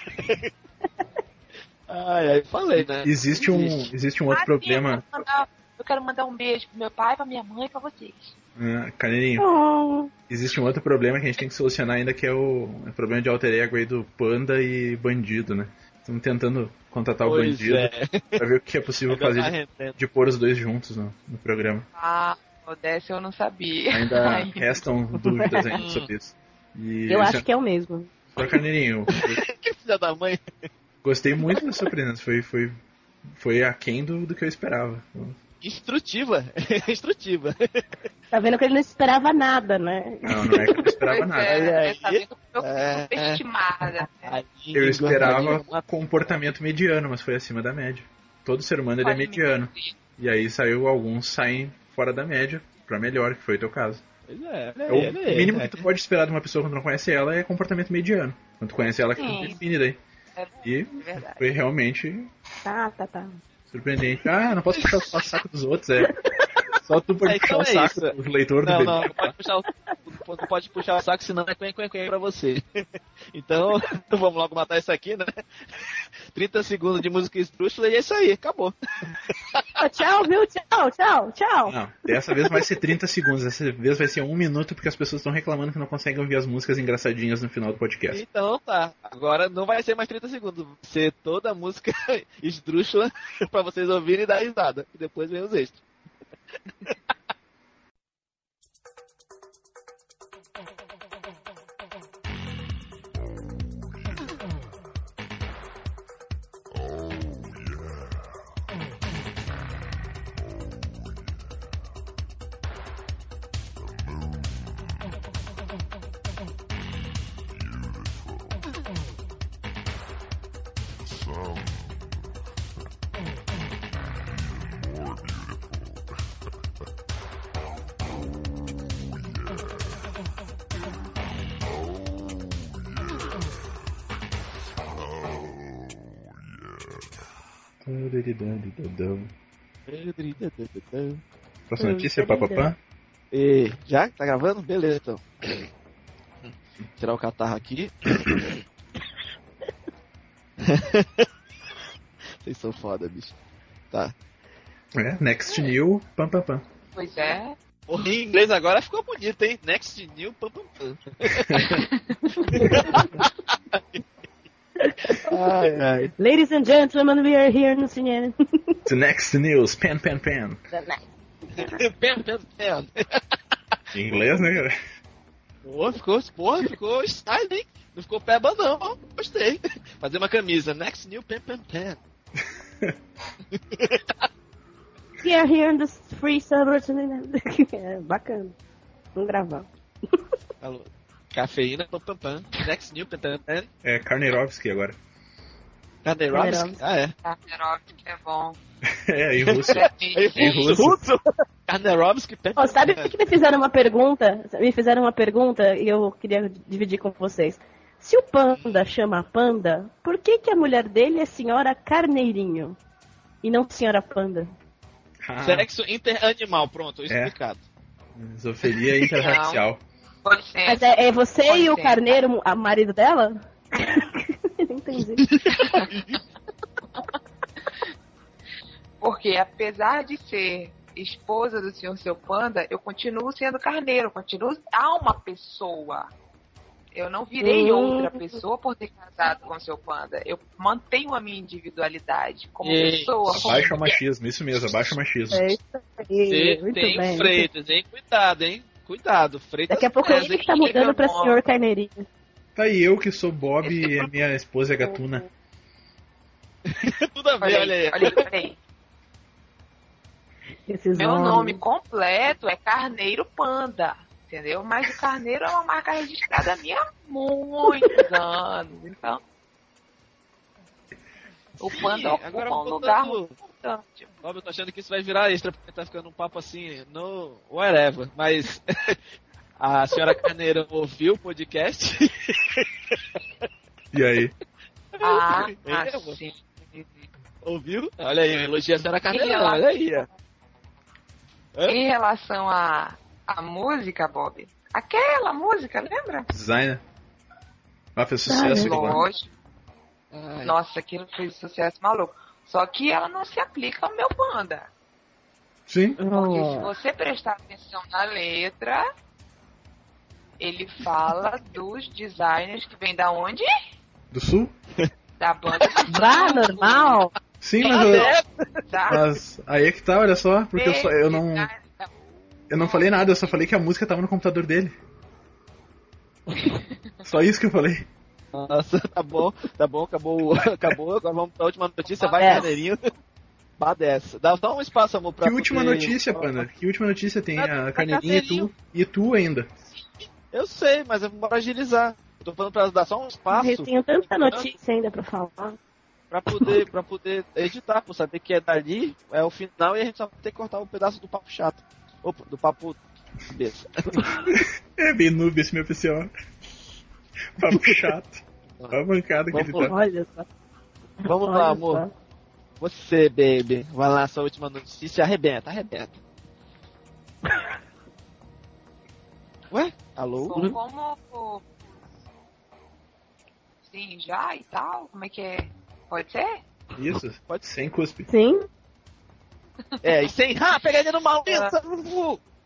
Falei, né? Existe um outro problema. Eu quero mandar um beijo pro meu pai, pra minha mãe e pra vocês. Carneirinho, existe um outro problema que a gente tem que solucionar ainda, que é o problema de alter ego aí do Panda e Bandido, né? Estamos tentando contratar o Bandido pra ver o que é possível fazer de pôr os dois juntos no programa. Dessa eu não sabia. Ainda restam dúvidas ainda sobre isso. E eu acho que é o mesmo. Só Carneirinho, que filha da mãe. Gostei muito da sua presença, foi aquém do que eu esperava. Instrutiva. Tá vendo que ele não esperava nada, né? Não é que eu não esperava nada. Tá vendo que eu fui subestimada. Eu esperava comportamento mediano, mas foi acima da média. Todo ser humano ele é mediano. E aí alguns saem fora da média, pra melhor, que foi o teu caso. O mínimo que tu pode esperar de uma pessoa quando não conhece ela é comportamento mediano. Quando tu conhece ela, que tu define daí. E foi realmente surpreendente. Não posso puxar o saco dos outros, Só tu pode puxar o saco do leitor do BD. Não pode puxar o saco, senão é quen pra você. Então, vamos logo matar isso aqui, né? 30 segundos de música esdrúxula e é isso aí, acabou. Tchau, viu? Tchau. Não, dessa vez vai ser 30 segundos, dessa vez vai ser 1 minuto, porque as pessoas estão reclamando que não conseguem ouvir as músicas engraçadinhas no final do podcast. Então tá, agora não vai ser mais 30 segundos, vai ser toda a música esdrúxula pra vocês ouvirem e dar risada. E depois vem os extras. Próxima notícia, papapá? Já? Tá gravando? Beleza, então. Tirar o catarro aqui. Vocês são foda, bicho. Tá. Next New, pam pam pam. Pois é. Em inglês agora ficou bonito, hein? Next New, pam pam pam. Ai. Ladies and gentlemen, we are here no cinema. The next news, pen. Pen. Em inglês, né, cara? Ficou style, hein? Não ficou peba, não. Gostei. Fazer uma camisa. Next new pen. We are here in the free suburbs. Bacana. Vamos gravar. Alô. Cafeína, pam. Next new pen. É Karneirovski agora. Karneirovski? Karneirovski é bom. Em russo. Em russo. Karneirovski, sabe que me fizeram uma pergunta? E eu queria dividir com vocês. Se o Panda chama Panda, por que a mulher dele é Senhora Carneirinho e não Senhora Panda? Sexo interanimal, pronto, explicado. Zoofilia interracial. Mas é você e o Carneiro, a marido dela? Não entendi. Porque apesar de ser esposa do senhor Seu Panda, eu continuo sendo carneiro, continuo uma pessoa. Eu não virei outra pessoa por ter casado com o Seu Panda. Eu mantenho a minha individualidade como pessoa. Abaixa o machismo, isso mesmo, abaixa o machismo. É isso aí. Você tem bem. Freitas, hein? Cuidado, Freitas. Daqui a pouco ele que tá mudando pra senhor Carneirinho. Tá aí eu que sou Bob e a minha esposa é Gatuna. Tudo a ver, olha aí. Meu nome completo é Carneiro Panda, entendeu? Mas o Carneiro é uma marca registrada minha há muitos anos, então o Panda ocupa um lugar muito importante. Bob, eu tô achando que isso vai virar extra, porque tá ficando um papo assim, no whatever, mas a senhora Carneiro ouviu o podcast? E aí? Sim. Ouviu? Olha aí, elogia a senhora Carneiro, olha aí, ó. Em relação à música, Bob, aquela música, lembra? Designer. Fez sucesso. Lógico. Nossa, aquilo fez sucesso maluco. Só que ela não se aplica ao meu Panda. Sim. Porque se você prestar atenção na letra, ele fala dos designers que vem da onde? Do Sul? Da banda do Sul. Vá, normal. Sim, mas aí é que tá, olha só, porque eu não falei nada, eu só falei que a música tava no computador dele. Só isso que eu falei. Nossa, tá bom, acabou, agora vamos pra última notícia, vai, Carneirinho. Badessa. Dá um espaço, amor, pra Que última notícia, Panda? Que última notícia tem? A Carneirinha e tu ainda. Eu sei, mas eu vou agilizar. Tô falando pra dar só um espaço. Eu tenho tanta notícia ainda pra falar. Pra poder editar, por saber que é dali, é o final e a gente só vai ter que cortar um pedaço do papo chato. Opa, do papo besta. É bem noob esse meu PCO. Papo chato. Olha a bancada que ele tá. Olha só. Vamos lá, amor. Você, baby. Vai lá, sua última notícia. Arrebenta. Ué? Alô? Como... Sim, já e tal? Como é que é? Pode ser? Isso, pode ser, sem cuspe. Sim. E sem... pegadinha no mal.